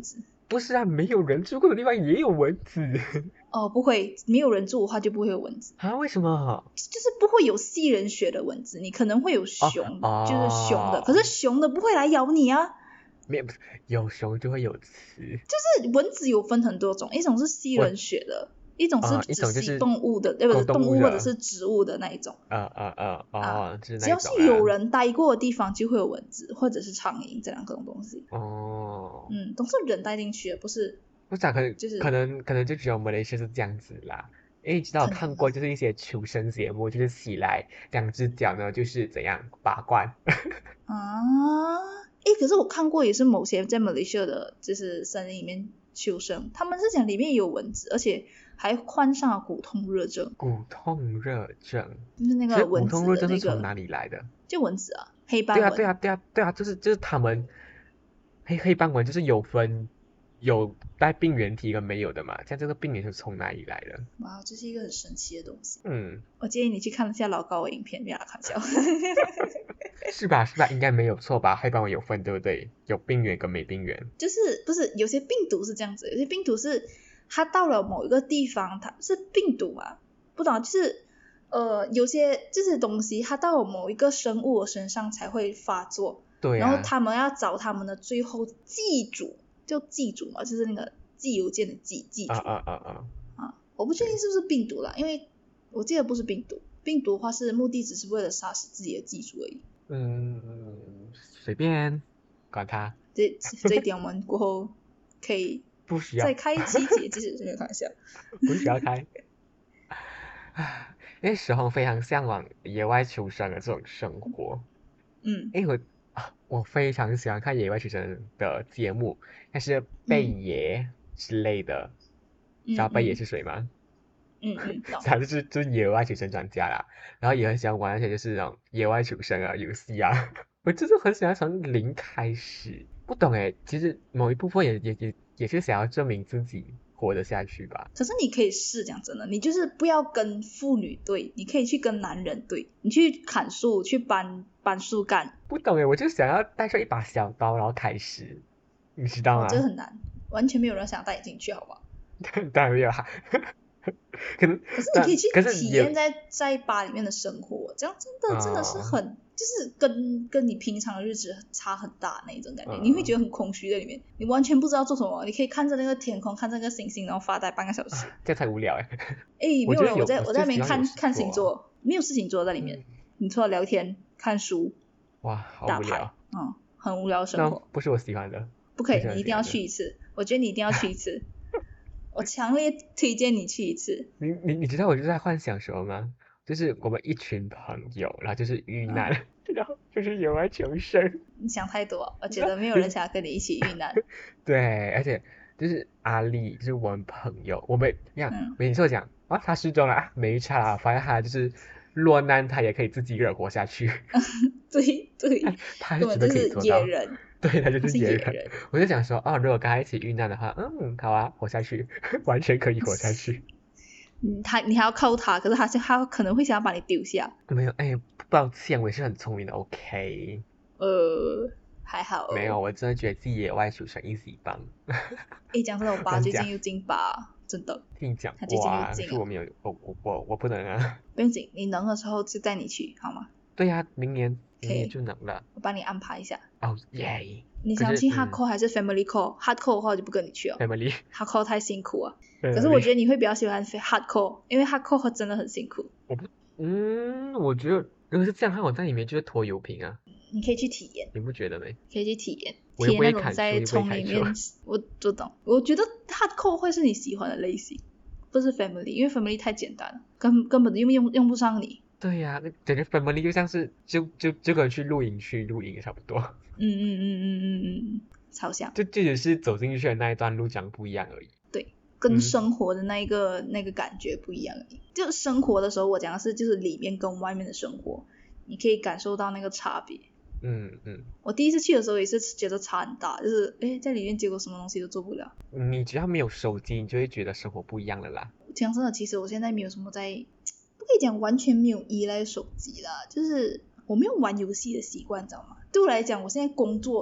不是啊，没有人住过的地方也有蚊子。 哦，不会，没有人住的话就不会有蚊子。 啊？为什么？ 就是不会有吸人血的蚊子，你可能会有熊， 哦就是熊的， 哦可是熊的不会来咬你啊。 没有，有熊就会有刺。 就是蚊子有分很多种，一种是吸我人血的，一种是啊、一只吸种就是动物的，对不对？ 动物的， 动物或者是植物的那一种。 呃呃呃啊， 哦，就是只要是那一种啊。 有人待过的地方就会有蚊子，或者是苍蝇这两种东西。 哦， 嗯，都是人带进去的，不是不知道，可能就是可能可能就只有马来西亚是这样子啦。因为知道我可能看过，就是一些求生节目，就是起来两只脚呢，就是怎样拔罐。 啊。诶，可是我看过也是某些在马来西亚的，就是森林里面求生，他们是讲里面有蚊子，而且还患上了骨痛热症， 骨痛热症， 就是那其实骨个蚊子痛热症的那个， 是从哪里来的？ 就蚊子啊，黑对啊，对斑蚊。 啊，对啊，对啊，就是就是他们黑黑斑纹就是有分有带病原体跟没有的嘛，像这个病原是从哪里来的？ 哇，这是一个很神奇的东西。 嗯， 我建议你去看一下老高的影片，不要开玩笑。 是吧是吧？应该没有错吧？黑斑纹有分对不对？有病原跟没病原。 就是不是有些病毒是这样子，有些病毒是它到了某一个地方，它是病毒嘛？不懂，就是呃有些这些东西它到了某一个生物的身上才会发作， 对然后啊， 他们要找他们的最后寄主，就寄主嘛，就是那个寄邮件的寄寄主啊啊啊啊， 啊。我不确定是不是病毒啦，因为我记得不是病毒，病毒的话是目的只是为了杀死自己的寄主而已。 嗯，随便，管他， 这这一点我们过后可以不需要再开一期节，就是没有开玩笑。 不需要开。唉，那时候非常向往野外求生的这种生活。 嗯因为我啊，我非常喜欢看野外求生的节目，像是贝嗯爷之类的。 嗯知道贝爷嗯是谁吗？ 嗯嗯，懂。 他就是就是野外求生专家啦，然后也很喜欢玩那些就是那种野外求生啊游戏啊。我就是很喜欢从零开始，不懂诶，其实某一部分也也也也是想要证明自己活得下去吧。 可是你可以试，讲真的，你就是不要跟妇女对，你可以去跟男人对，你去砍树，去搬搬树干。 不懂诶，我就想要带上一把小刀，然后开始，你知道哦，这个吗？ 很难，完全没有人想带你进去，好不好？ 当然没有哈，可能可是你但可以去可是也体验在在巴里面的生活，这样真的真的是啊很，就是跟跟你平常的日子差很大那一种感觉， 嗯你会觉得很空虚在里面，你完全不知道做什么，你可以看着那个天空，看着那个星星，然后发呆半个小时。 这样才无聊诶。 诶，没有人， 我觉得有， 我在我在那边就喜欢有看看事做啊。 星座，没有事情做在里面， 嗯， 你除了聊天、看书、 哇，好打牌， 无聊， 嗯，很无聊的生那活。 不是我喜欢的， 不可以， 不是我你一定要喜欢的。 去一次，我觉得你一定要去一次，我强烈推荐你去一次。 你你你知道我就在幻想什么吗？就是我们一群朋友，然后就是遇嗯， 难，然后就是野外求生。 你想太多，我觉那得没有就是人想要跟你一起遇难。 对，而且就是阿丽，就是我们朋友，我们你看嗯， 每次都讲啊，他失踪了啊，没差啦，反正他就是落难，他也可以自己一个人活下去。 对对， 他还是根本真的可以就是做到。 野人， 对，他就他是是野人。 野人。 我就想说，哦，如果跟他一起遇难的话，嗯，好啊，活下去，完全可以活下去。 嗯，他你还要靠他，可是他他可能会想要把你丢下。 没有，哎，抱歉，我也是很聪明的，OK。 呃，还好没有， 哦。 我真的觉得自己野外求生 easy 棒。 诶，讲真的，我爸乱讲， 最近又进吧，真的， 听你讲， 他最近又哇， 进了。 是我没有，我我我我不能啊。 不用紧，你能的时候就带你去，好吗？ 对呀、明年可明年以， 就能了。 我帮你安排一下。 哦耶！ 你想去 hard 嗯 core 还是 family core？hard core 的话我就不跟你去哦 ，family ，hard core 太辛苦啊。可是 family， 我觉得你会比较喜欢 hard core，因为 hard core 真的很辛苦。 我不，嗯，我觉得如果是这样的话，我在里面就是拖油瓶啊， 你可以去体验， 你不觉得没？ 可以去体验， 我体验那又不会砍树， 种在又不会开车。 丛里面，我我懂。我觉得 hard core 会是你喜欢的类型，不是 family，因为 family 太简单了，根根本用用用不上你。 对呀、那整个 family 就像是就就就跟去露营区露营差不多， 嗯嗯嗯嗯嗯嗯，超像。 就就只是走进去的那一段路讲不一样而已。 对，跟嗯， 生活的那一个那个感觉不一样而已。就生活的时候，我讲的是就是里面跟外面的生活，你可以感受到那个差别。 嗯嗯， 我第一次去的时候也是觉得差很大，就是诶在里面结果什么东西都做不了。 你只要没有手机，你就会觉得生活不一样了啦。 讲真的，其实我现在没有什么在，不可以讲完全没有依赖手机啦，就是我没有玩游戏的习惯，知道吗？对我来讲，我现在工作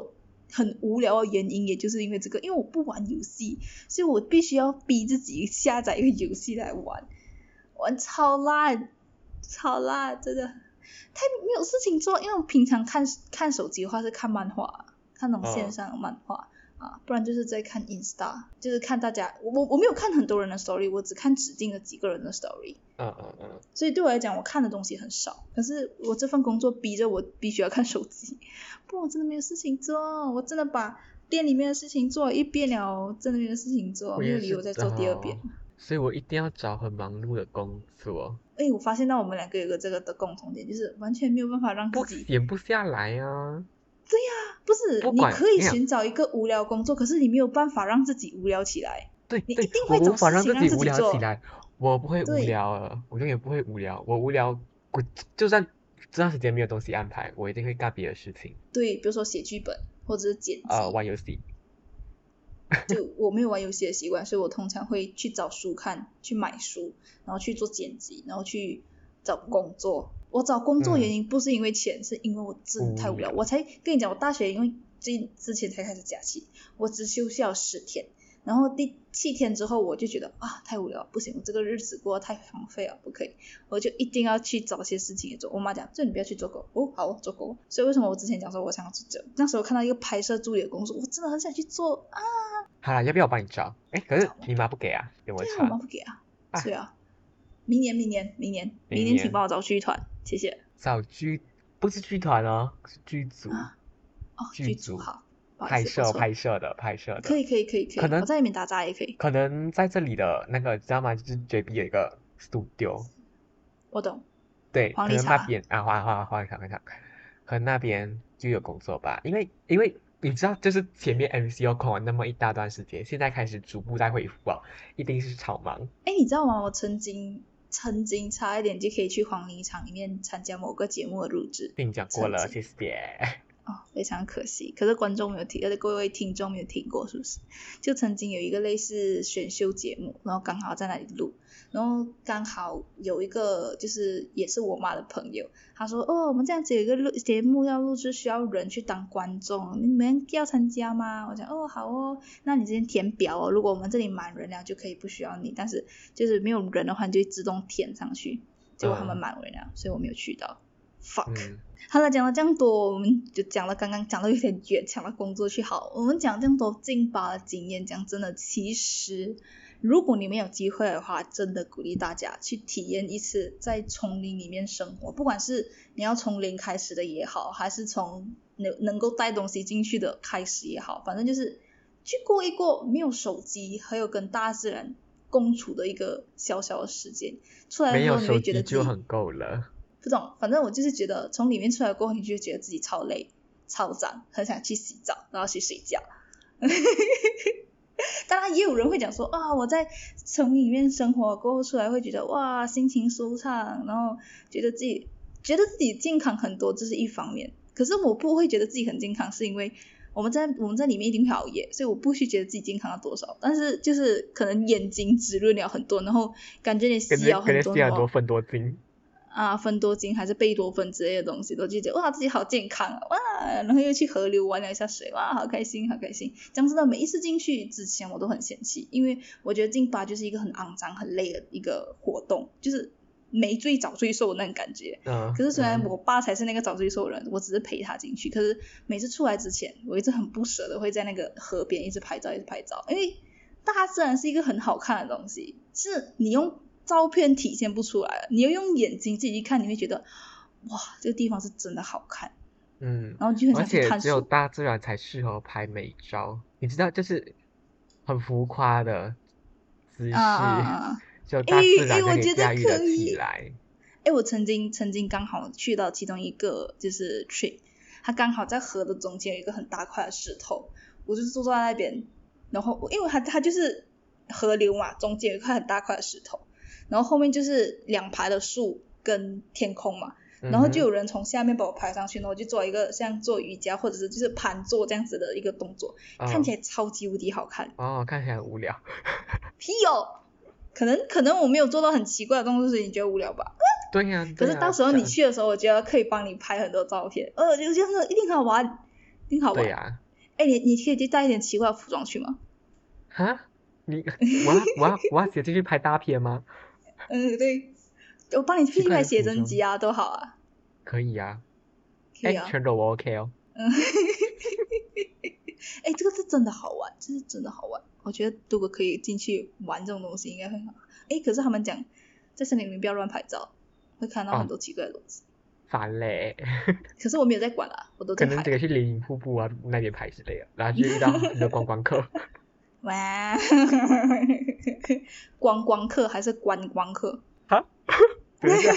很无聊的原因也就是因为这个，因为我不玩游戏，所以我必须要逼自己下载一个游戏来玩，玩超烂超烂，真的太没有事情做。因为我平常看看手机的话是看漫画，看那种线上的漫画、哦、啊，不然就是在看 Insta， 就是看大家，我我没有看很多人的 story， 我只看指定的几个人的 story。 嗯嗯嗯。 所以对我来讲，我看的东西很少。可是我这份工作逼着我必须要看手机，不然我真的没有事情做。我真的把店里面的事情做一遍了，真的没有事情做，没有理由再做第二遍。 所以我一定要找很忙碌的工作。 哎，我发现到我们两个有个这个的共同点，就是完全没有办法让自己闲不下来啊。 对呀、啊，不是不你可以寻找一个无聊工作，可是你没有办法让自己无聊起来。 对， 你一定会找事情让自己做。我无法让自己无聊起来， 我不会无聊了，我永远不会无聊。我无聊，我就算这段时间没有东西安排，我一定会干别的事情。 对，比如说写剧本或者是剪辑。 呃，玩游戏。 就我没有玩游戏的习惯，所以我通常会去找书看，去买书，然后去做剪辑，然后去找工作。我找工作原因不是因为钱、嗯、是因为我真的太无聊、嗯、我才跟你讲，我大学因为之之前才开始假期，我只休息了十天，然后第七天之后我就觉得啊太无聊，不行，我这个日子过得太荒废了，不可以，我就一定要去找些事情做。我妈讲，这你不要去做狗，哦好做狗。所以为什么我之前讲说我想要去做，那时候看到一个拍摄助理的工作，我真的很想去做啊。 好啦，要不要我帮你找？哎，可是你妈不给啊，有没有差？ 对啊，我妈不给啊，对啊，明年明年明年明年请帮我找剧团，谢谢。 找剧不是剧团哦，是剧组。 啊、哦，剧组好。 拍摄拍摄的拍摄的， 可以可以可以可以，可能我在里面打杂也可以。 可能在这里的那个知道吗？就是 J B 有一个 studio。 我懂。 对， 黄丽茶。 可能那边啊，黄黄黄丽茶黄丽茶，可能那边就有工作吧。因为因为你知道，就是前面 M C O 空了那么一大段时间，现在开始逐步在恢复啊，一定是超忙。 哎，你知道吗？我曾经曾经差一点就可以去黄丽场里面参加某个节目的录制。 跟你讲过了，谢谢。 哦，非常可惜，可是观众没有听，而且各位听众没有听过，是不是？就曾经有一个类似选秀节目，然后刚好在那里录，然后刚好有一个就是也是我妈的朋友，他说哦，我们这样子有一个录节目要录制，需要人去当观众，你们要参加吗？我讲哦好哦，那你之前填表哦，如果我们这里满人了就可以不需要你，但是就是没有人的话你就会自动填上去，结果他们满人了、嗯，所以我没有去到。fuck、嗯、好了，讲了这样多，我们就讲了刚刚讲到有点远，讲了工作去好，我们讲这样多劲爆的经验，讲真的，其实如果你们有机会的话，真的鼓励大家去体验一次在丛林里面生活，不管是你要从零开始的也好，还是从能能够带东西进去的开始也好，反正就是去过一过没有手机还有跟大自然共处的一个小小的时间，出来之后你会觉得自己没有手机就很够了。 不懂，反正我就是觉得从里面出来过后，你就会觉得自己超累、超脏，很想去洗澡，然后去睡觉。当然也有人会讲说啊，我在丛林里面生活过后出来会觉得哇，心情舒畅，然后觉得自己觉得自己健康很多，这是一方面。可是我不会觉得自己很健康，是因为我们在我们在里面一定会熬夜，所以我不会觉得自己健康了多少。但是就是可能眼睛滋润了很多，然后感觉你吸了很多， 吸了很多分多精。 啊，芬多精还是贝多芬之类的东西，都就觉得哇自己好健康啊，哇，然后又去河流玩了一下水，哇好开心好开心。讲真的，每一次进去之前我都很嫌弃，因为我觉得进吧就是一个很肮脏很累的一个活动，就是没最早最瘦的那种感觉。 嗯。 可是虽然我爸才是那个早最瘦的人，我只是陪他进去，可是每次出来之前，我一直很不舍的会在那个河边一直拍照一直拍照，因为大自然是一个很好看的东西，是你用照片体现不出来，你要用眼睛自己去看，你会觉得哇这个地方是真的好看。 嗯， 然后就很想去探索。 而且只有大自然才适合拍美照，你知道就是很浮夸的姿势、啊、就大自然可以驾驭得起来。 诶我曾经曾经刚好去到其中一个就是 trip， 它刚好在河的中间有一个很大块的石头，我就坐在那边，然后因为它它就是河流嘛，中间有一块很大块的石头，然后后面就是两排的树跟天空嘛，然后就有人从下面把我拍上去，然后我就做一个像做瑜伽或者是就是盘坐这样子的一个动作、哦、看起来超级无敌好看。 哦，看起来很无聊。 屁哦，可能可能我没有做到很奇怪的动作，所以你觉得无聊吧？ 对呀、啊啊、 可是到时候你去的时候，我觉得可以帮你拍很多照片，呃就这样子一定好玩一定好玩。 对呀、啊、 哎，你你可以带一点奇怪的服装去吗？ 哈？你我要我要我要写进去拍大片吗？ 嗯，对，我帮你去拍写真集啊，都好啊。 可以啊。 可以啊。 全裸我 OK 哦。 嗯。哎，这个是真的好玩，这是真的好玩。我觉得如果可以进去玩这种东西，应该会很好。哎，可是他们讲在森林里面不要乱拍照，会看到很多奇怪的东西。 烦嘞。 可是我没有在管啦，我都在拍。 可能这个去联营瀑布啊那边拍之类的，然后就遇到很多观光客。 哇。观光客还是观光客？ 哈？等一下。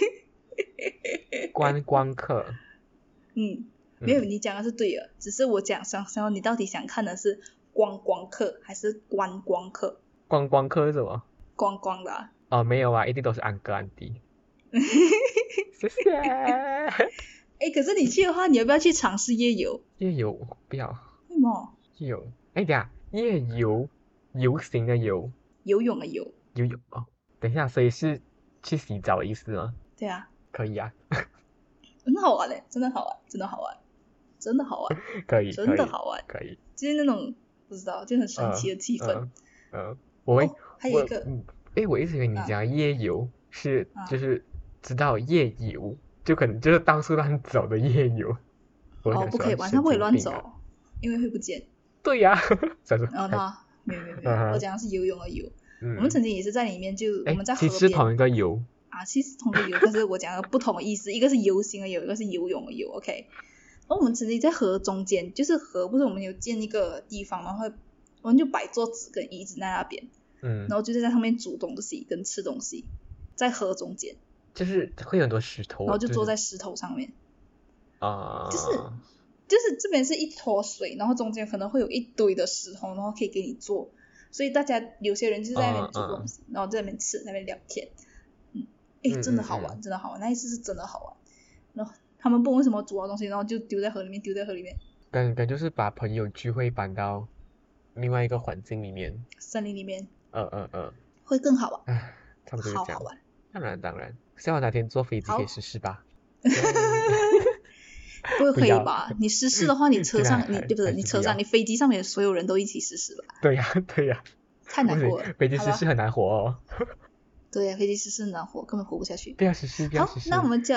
观光客。 嗯，没有，你讲的是对的，只是我讲想想你到底想看的是观光客还是观光客？ 观光客是什么？ 观光的啊。 哦，没有啊，一定都是安哥安迪。谢谢。 哎，可是你去的话，你要不要去尝试夜游？ 夜游不要。 为什么？ 夜游，哎，等一下，夜游，游行的游。 游泳的游。 游泳哦，等一下，所以是去洗澡的意思吗？ 对啊。 可以啊。 很好玩嘞，真的好玩，真的好玩，真的好玩。 可以， 真的好玩， 可以。 就是那种不知道，就很神奇的气氛。 嗯，呃呃、我会、 哦、还有一个， 嗯，哎，我一直以为你讲夜游是、啊、就是知道夜游，就可能就是到处乱走的夜游。 哦，不可以，晚上不可以乱走，因为会不见。 对呀、啊。 哦，那没有没有没有，我讲的是游泳的游、嗯。我们曾经也是在里面就，我们在河边。 其实同一个游。 啊，其实同一个游，但是我讲的不同的意思，一个是游行的游，一个是游泳的游 ，OK。然后我们曾经在河中间，就是河不是我们有建一个地方，然后我们就摆桌子跟椅子在那边， 嗯， 然后就在上面煮东西跟吃东西，在河中间。 就是会有很多石头。 然后就坐在石头上面。 啊、 就是。就是就是这边是一坨水，然后中间可能会有一堆的石头，然后可以给你坐，所以大家有些人就在那边煮东西，uh, uh. 然后在那边吃，在那边聊天。嗯，哎，真的好玩，嗯嗯嗯真的好玩，那一次是真的好玩。然后他们不懂为什么煮好东西，然后就丢在河里面，丢在河里面。 感感就是把朋友聚会搬到另外一个环境里面， 森林里面。 嗯嗯嗯。 会更好玩。 唉，差不多就这样。 好好玩。 当然当然，希望哪天坐飞机可以试试吧。 不可以吧？你失事的话，你车上你对不对？你车上你飞机上面所有人都一起失事吧？ 对呀、啊、对呀、啊。 太难过了。 飞机失事很难活哦。 对呀、啊，飞机失事很难活，根本活不下去。 不要失事，不要失事。 好，那我们就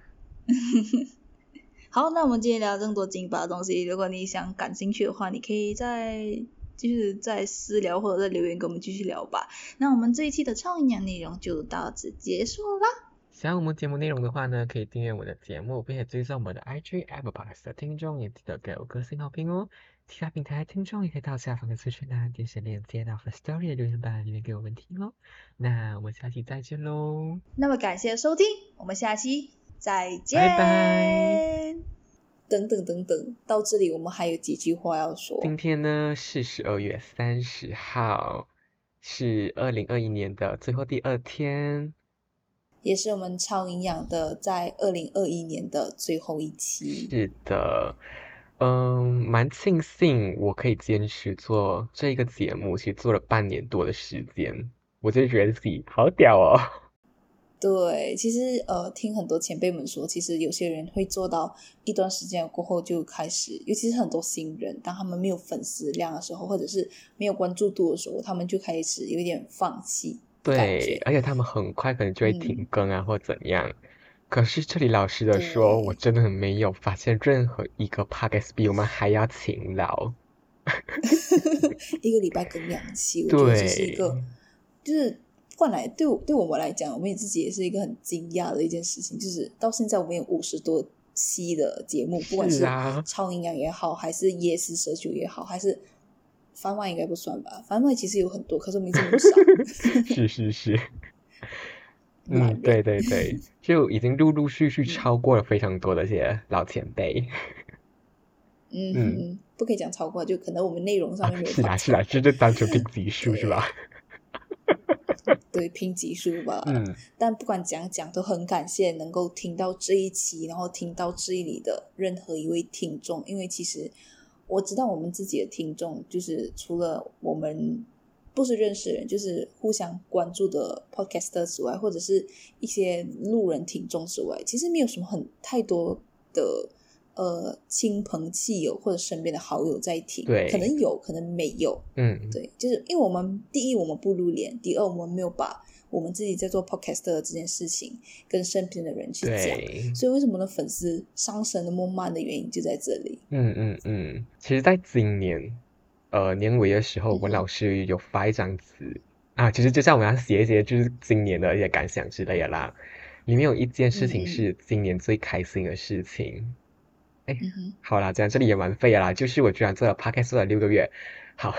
好，那我们今天聊这么多金巴的东西，如果你想感兴趣的话，你可以再就是在私聊或者在留言跟我们继续聊吧。那我们这一期的超营养内容就到此结束啦。 喜欢我们节目内容的话呢，可以订阅我的节目，并且追踪我们的 I G、Apple Podcast 的听众，也记得给我个性好评哦。其他平台的听众也可以到下方的资讯栏点选链接到 Firstory 的留言板里面给我们听哦。那我们下期再见喽。 那么感谢收听，我们下期再见。 拜拜。 等等等等，到这里我们还有几句话要说。 今天呢是十二月三十号，是二零二一年的最后第二天。 也是我们超营养的在二零二一年的最后一期。 是的，嗯，蛮庆幸我可以坚持做这个节目，其实做了半年多的时间，我就觉得自己好屌哦。 对，其实呃，听很多前辈们说，其实有些人会做到一段时间过后就开始，尤其是很多新人，当他们没有粉丝量的时候，或者是没有关注度的时候，他们就开始有一点放弃。 对，而且他们很快可能就会停更啊、嗯、或怎样。可是这里老实的说，我真的没有发现任何一个 podcast 比我们还要勤劳。 一个礼拜更两期，我觉得这是一个，就是换来对我对我们来讲，我们自己也是一个很惊讶的一件事情，就是到现在我们有五十多期的节目，不管是超营养也好，还是夜市蛇酒也好，还是。番外应该不算吧，番外其实有很多，可是没这么少。 是是是，嗯，对对对，就已经陆陆续续超过了非常多的这些老前辈。 嗯嗯，不可以讲超过，就可能我们内容上面没有、啊。 是啦是啦，就是单纯拼集数是吧？ 对，拼集数吧。 嗯。 但不管讲讲，都很感谢能够听到这一期，然后听到这里的任何一位听众，因为其实。我知道我们自己的听众就是除了我们不是认识人，就是互相关注的 podcaster 之外，或者是一些路人听众之外，其实没有什么很太多的呃亲朋戚友或者身边的好友在听， 对可能有可能没有， 嗯， 对，就是因为我们第一我们不露脸，第二我们没有把我们自己在做 podcast 的这件事情跟身边的人去讲， 对， 所以为什么呢粉丝上升的那么慢的原因就在这里。 嗯嗯嗯，其实在今年呃年尾的时候，我们嗯哼老师有发一张纸啊，其实就像我们要写一些就是今年的一些感想之类的啦。里面有一件事情嗯嗯是今年最开心的事情。哎， 嗯哼， 好啦，讲这里也蛮废的啦，就是我居然做了 podcast 做了六个月，好，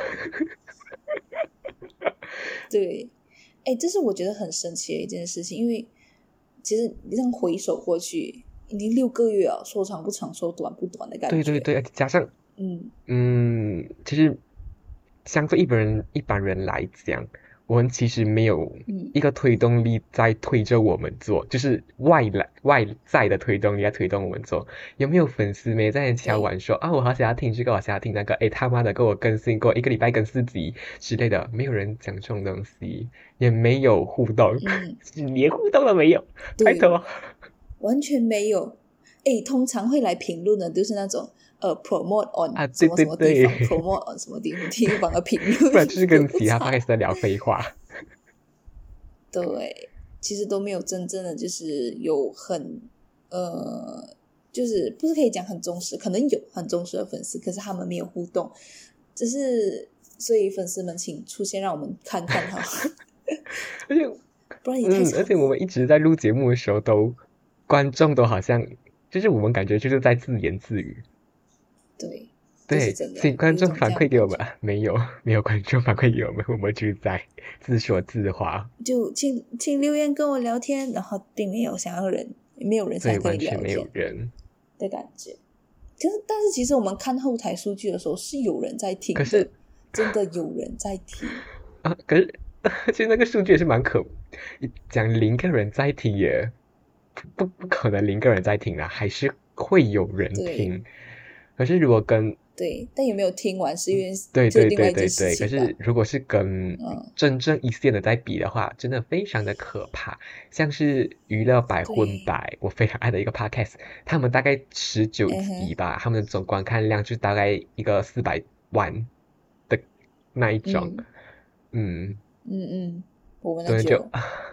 对，哎，这是我觉得很神奇的一件事情，因为其实你这样回首过去，已经六个月了，说长不长，说短不短的感觉。 对对对，加上嗯嗯，其实相对一般人一般人来讲，我们其实没有嗯， 一个推动力在推着我们做，就是外来外在的推动力在推动我们做。有没有粉丝没在那敲碗说啊，我好想要听这个，我想要听那个，诶他妈的给我更新，给我一个礼拜更四集之类的，没有人讲这种东西，也没有互动， 嗯连互动都没有，拜对， 托。 完全没有。哎，通常会来评论的都是那种呃 promote on 啊， 什么什对对么地方对， ，promote on 什么地方地方的评论， 不然就是跟其他有 p o d 差 c 在聊废话。 对，其实都没有真正的就是有很呃，就是不是可以讲很忠实，可能有很忠实的粉丝，可是他们没有互动，只是所以粉丝们请出现让我们看看哈， 而且， 不然也太嗯，而且我长了。 们一直在录节目的时候都，观众都好像，就是我们感觉就是在自言自语。 对，这是对， 真的， 请观众有一种这反馈给我们， 样的感觉。 啊没有，没有观众反馈给我们，我们就是在自说自话。 就请请留言跟我聊天，然后并没有想要人，没有人想对， 要跟你完全没有聊天人。 的感觉。可是，但是其实我们看后台数据的时候是有人在听的， 可是真的有人在听。 啊，可是其实那个数据也是蛮可，讲零个人在听也不不可能零个人在听啦，还是会有人对听。可是如果跟对，但有没有听完是因为对对就另外一件对对对，可事情吧。 是如果是跟嗯， 真正一线的在比的话，真的非常的可怕。像是娱乐百分对， 百，我非常爱的一个 podcast，他们大概十九嗯哼， 集吧，他们的总观看量就大概一个四百万的那一种。 嗯嗯， 嗯嗯，我们那对，就就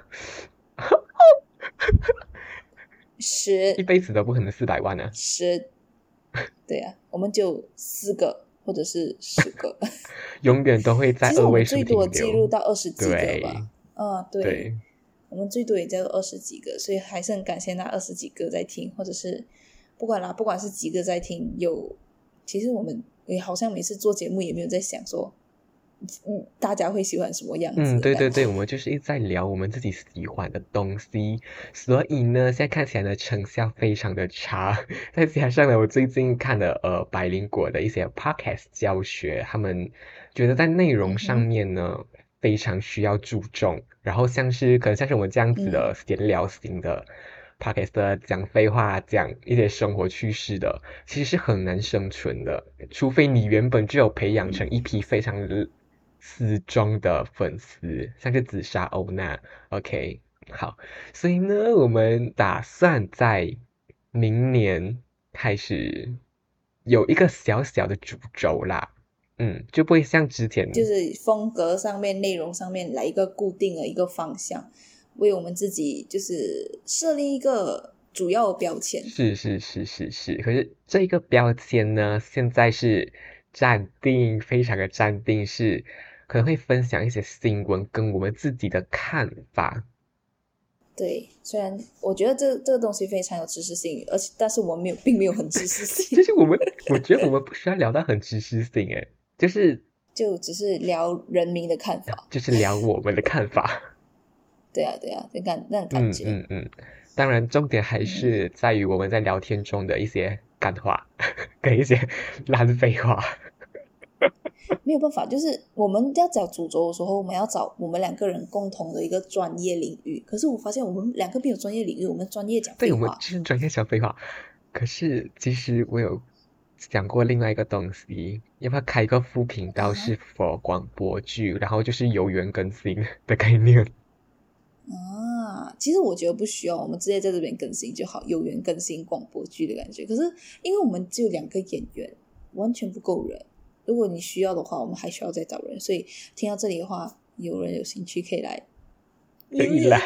一十辈子都不可能四百万啊。 十，对啊，我们就四个或者是十个。 永远都会在其实我们二位数最多记停留。 录到二十几个对吧。嗯，对， 对， 我们最多也在二十几个，所以还是很感谢那二十几个在听，或者是不管啦，不管是几个在听，有其实我们也好像每次做节目也没有在想说，嗯，大家会喜欢什么样子嗯， 的对对对， 感觉。 我们就是一直在聊我们自己喜欢的东西，所以呢，现在看起来呢成效非常的差，再加上呢，我最近看了呃百灵果的一些 podcast 教学，他们觉得在内容上嗯哼， 面呢非常需要注重，然后像是可能像是我们这样子嗯的闲聊型的 podcast 的讲废话、讲一些生活趣事的，其实是很难生存的，除非你原本就有培养成一批非常死忠的粉丝，像是紫砂欧娜，OK，好，所以呢，我们打算在明年开始有一个小小的主轴啦，嗯，就不会像之前， 就是风格上面、内容上面来一个固定的一个方向，为我们自己就是设立一个主要的标签。 是是是是是，可是这个标签呢，现在是暂定，非常的暂定，是可能会分享一些新闻跟我们自己的看法。 对，虽然我觉得这这个东西非常有知识性，而且但是我没有，并没有很知识性， 就是我们，我觉得我们不需要聊到很知识性，诶，就是就只是聊人民的看法。 就是聊我们的看法。 对啊，对啊，那感那种感嗯觉。 嗯嗯，当然重点还嗯是在于我们在聊天中的一些干话跟一些烂废话。 没有办法，就是我们要找主轴的时候，我们要找我们两个人共同的一个专业领域。可是我发现我们两个没有专业领域，我们专业讲废对，我们话。 就是专业讲废话。可是其实我有想过另外一个东西，要不要开一个副频道啊是 for 广播剧，然后就是有缘更新的概念。 啊， 啊，其实我觉得不需要，我们直接在这边更新就好，有缘更新广播剧的感觉。可是因为我们只有两个演员，完全不够人。如果你需要的话，我们还需要再找人。所以听到这里的话，有人有兴趣可以来， 可以来。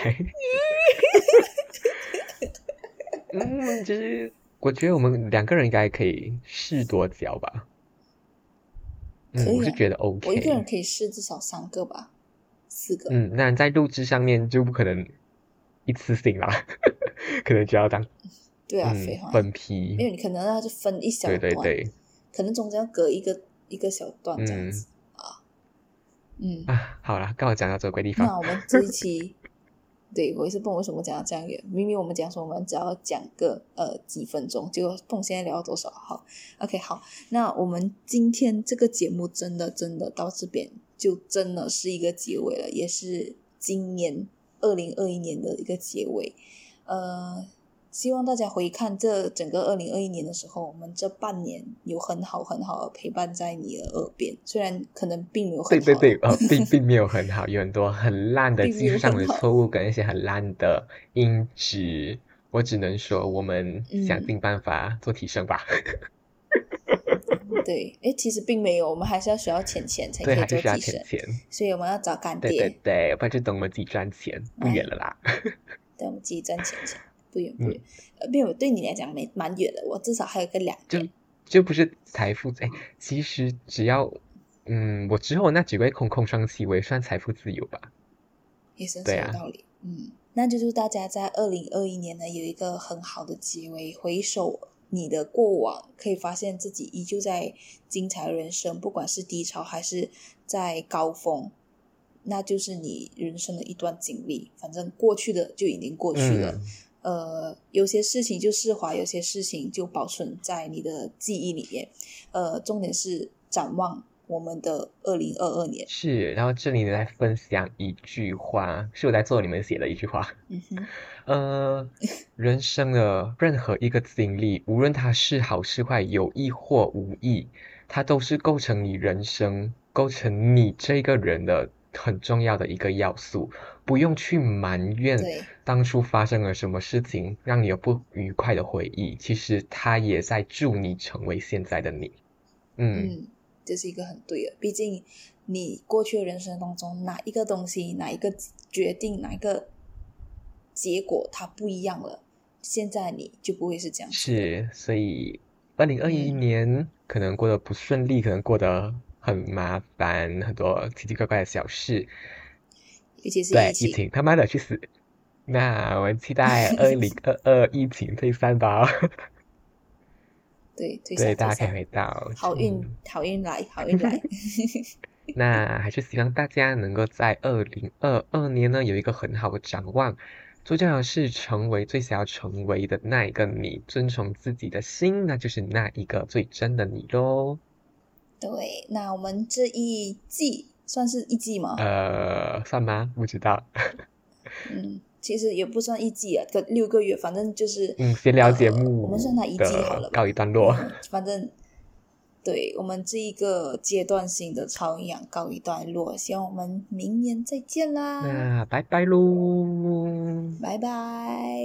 嗯，就是我觉得我们两个人应该可以试多角吧。嗯， 可以、啊， 我是觉得 OK。 我一个人可以试至少三个吧，四个。 嗯，那在录制上面就不可能一次性啦，可能就要当对啊， 嗯废话， 分批。 因为你可能要就分一小段， 对对对， 可能中间要隔一个一个小段这样子、 嗯、 啊。嗯啊，好啦，刚好讲到这个地方。 那我们这一期。对，我也是不懂为什么讲到这样远，明明我们讲说我们只要讲个呃几分钟，结果蹦现在聊到多少？好 ，OK， 好，那我们今天这个节目真的真的到这边就真的是一个结尾了，也是今年二零二一年的一个结尾。呃，希望大家回看这整个二零二一年的时候，我们这半年有很好很好的陪伴在你的耳边，虽然可能并没有很好。 对对对，呃，并并没有很好，有很多很烂的技术上的错误跟一些很烂的音质，我只能说我们想尽办法做提升吧。 嗯、对，诶，其实并没有，我们还是要需要钱钱才可以做提升， 对，还是需要钱钱， 所以我们要找干爹。 对对对，不然就等我们自己赚钱，不远了啦。 等我们自己赚钱钱。不远不远，呃、嗯，没有对你来讲没蛮远的，我至少还有个两年，就就不是财富哎，其实只要嗯，我之后那几位空空窗期，我也算财富自由吧， 也是有道理，啊、嗯，那就祝大家在二零二一年呢有一个很好的结尾，回首你的过往，可以发现自己依旧在精彩的人生，不管是低潮还是在高峰。那就是你人生的一段经历，反正过去的就已经过去了。嗯呃，有些事情就释怀，有些事情就保存在你的记忆里面。呃，重点是展望我们的二零二二年。 是，然后这里呢来分享一句话，是我在做你们写的一句话。 嗯哼， 呃，人生的任何一个经历，无论它是好是坏，有意或无意，它都是构成你人生、构成你这个人的很重要的一个要素。不用去埋怨当初发生了什么事情让你有不愉快的回忆，其实它也在助你成为现在的你。嗯， 嗯，这是一个很对的，毕竟你过去的人生当中哪一个东西，哪一个决定，哪一个结果它不一样了，现在你就不会是这样子。 是，所以二零二一年可能过得不顺利，可能过得很麻烦，很多奇奇怪怪的小事， 尤其是对疫情，他妈的去死！那我们期待二零二二疫情退散吧。 对，退散， 对，大家可以回到好运，好运来，好运来。 那还是希望大家能够在二零二二年呢有一个很好的展望。最重要的是成为最想要成为的那一个你，遵从自己的心，那就是那一个最真的你咯。 对，那我们这一季算是一季吗？ 呃，算吗？不知道。 嗯，其实也不算一季啊，个六个月，反正就是嗯，闲聊节目、 呃，我们算它一季好了吧， 告一段落。 嗯、反正对我们这一个阶段性的超营养告一段落，希望我们明年再见啦。 那拜拜喽， 拜拜。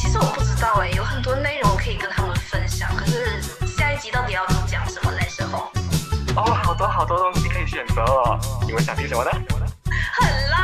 其实我不知道哎，有很多内容可以跟他们分享，可是下一集到底要讲什么来时候？ 哦，好多好多东西可以选择哦，你们想听什么呢？ 很辣。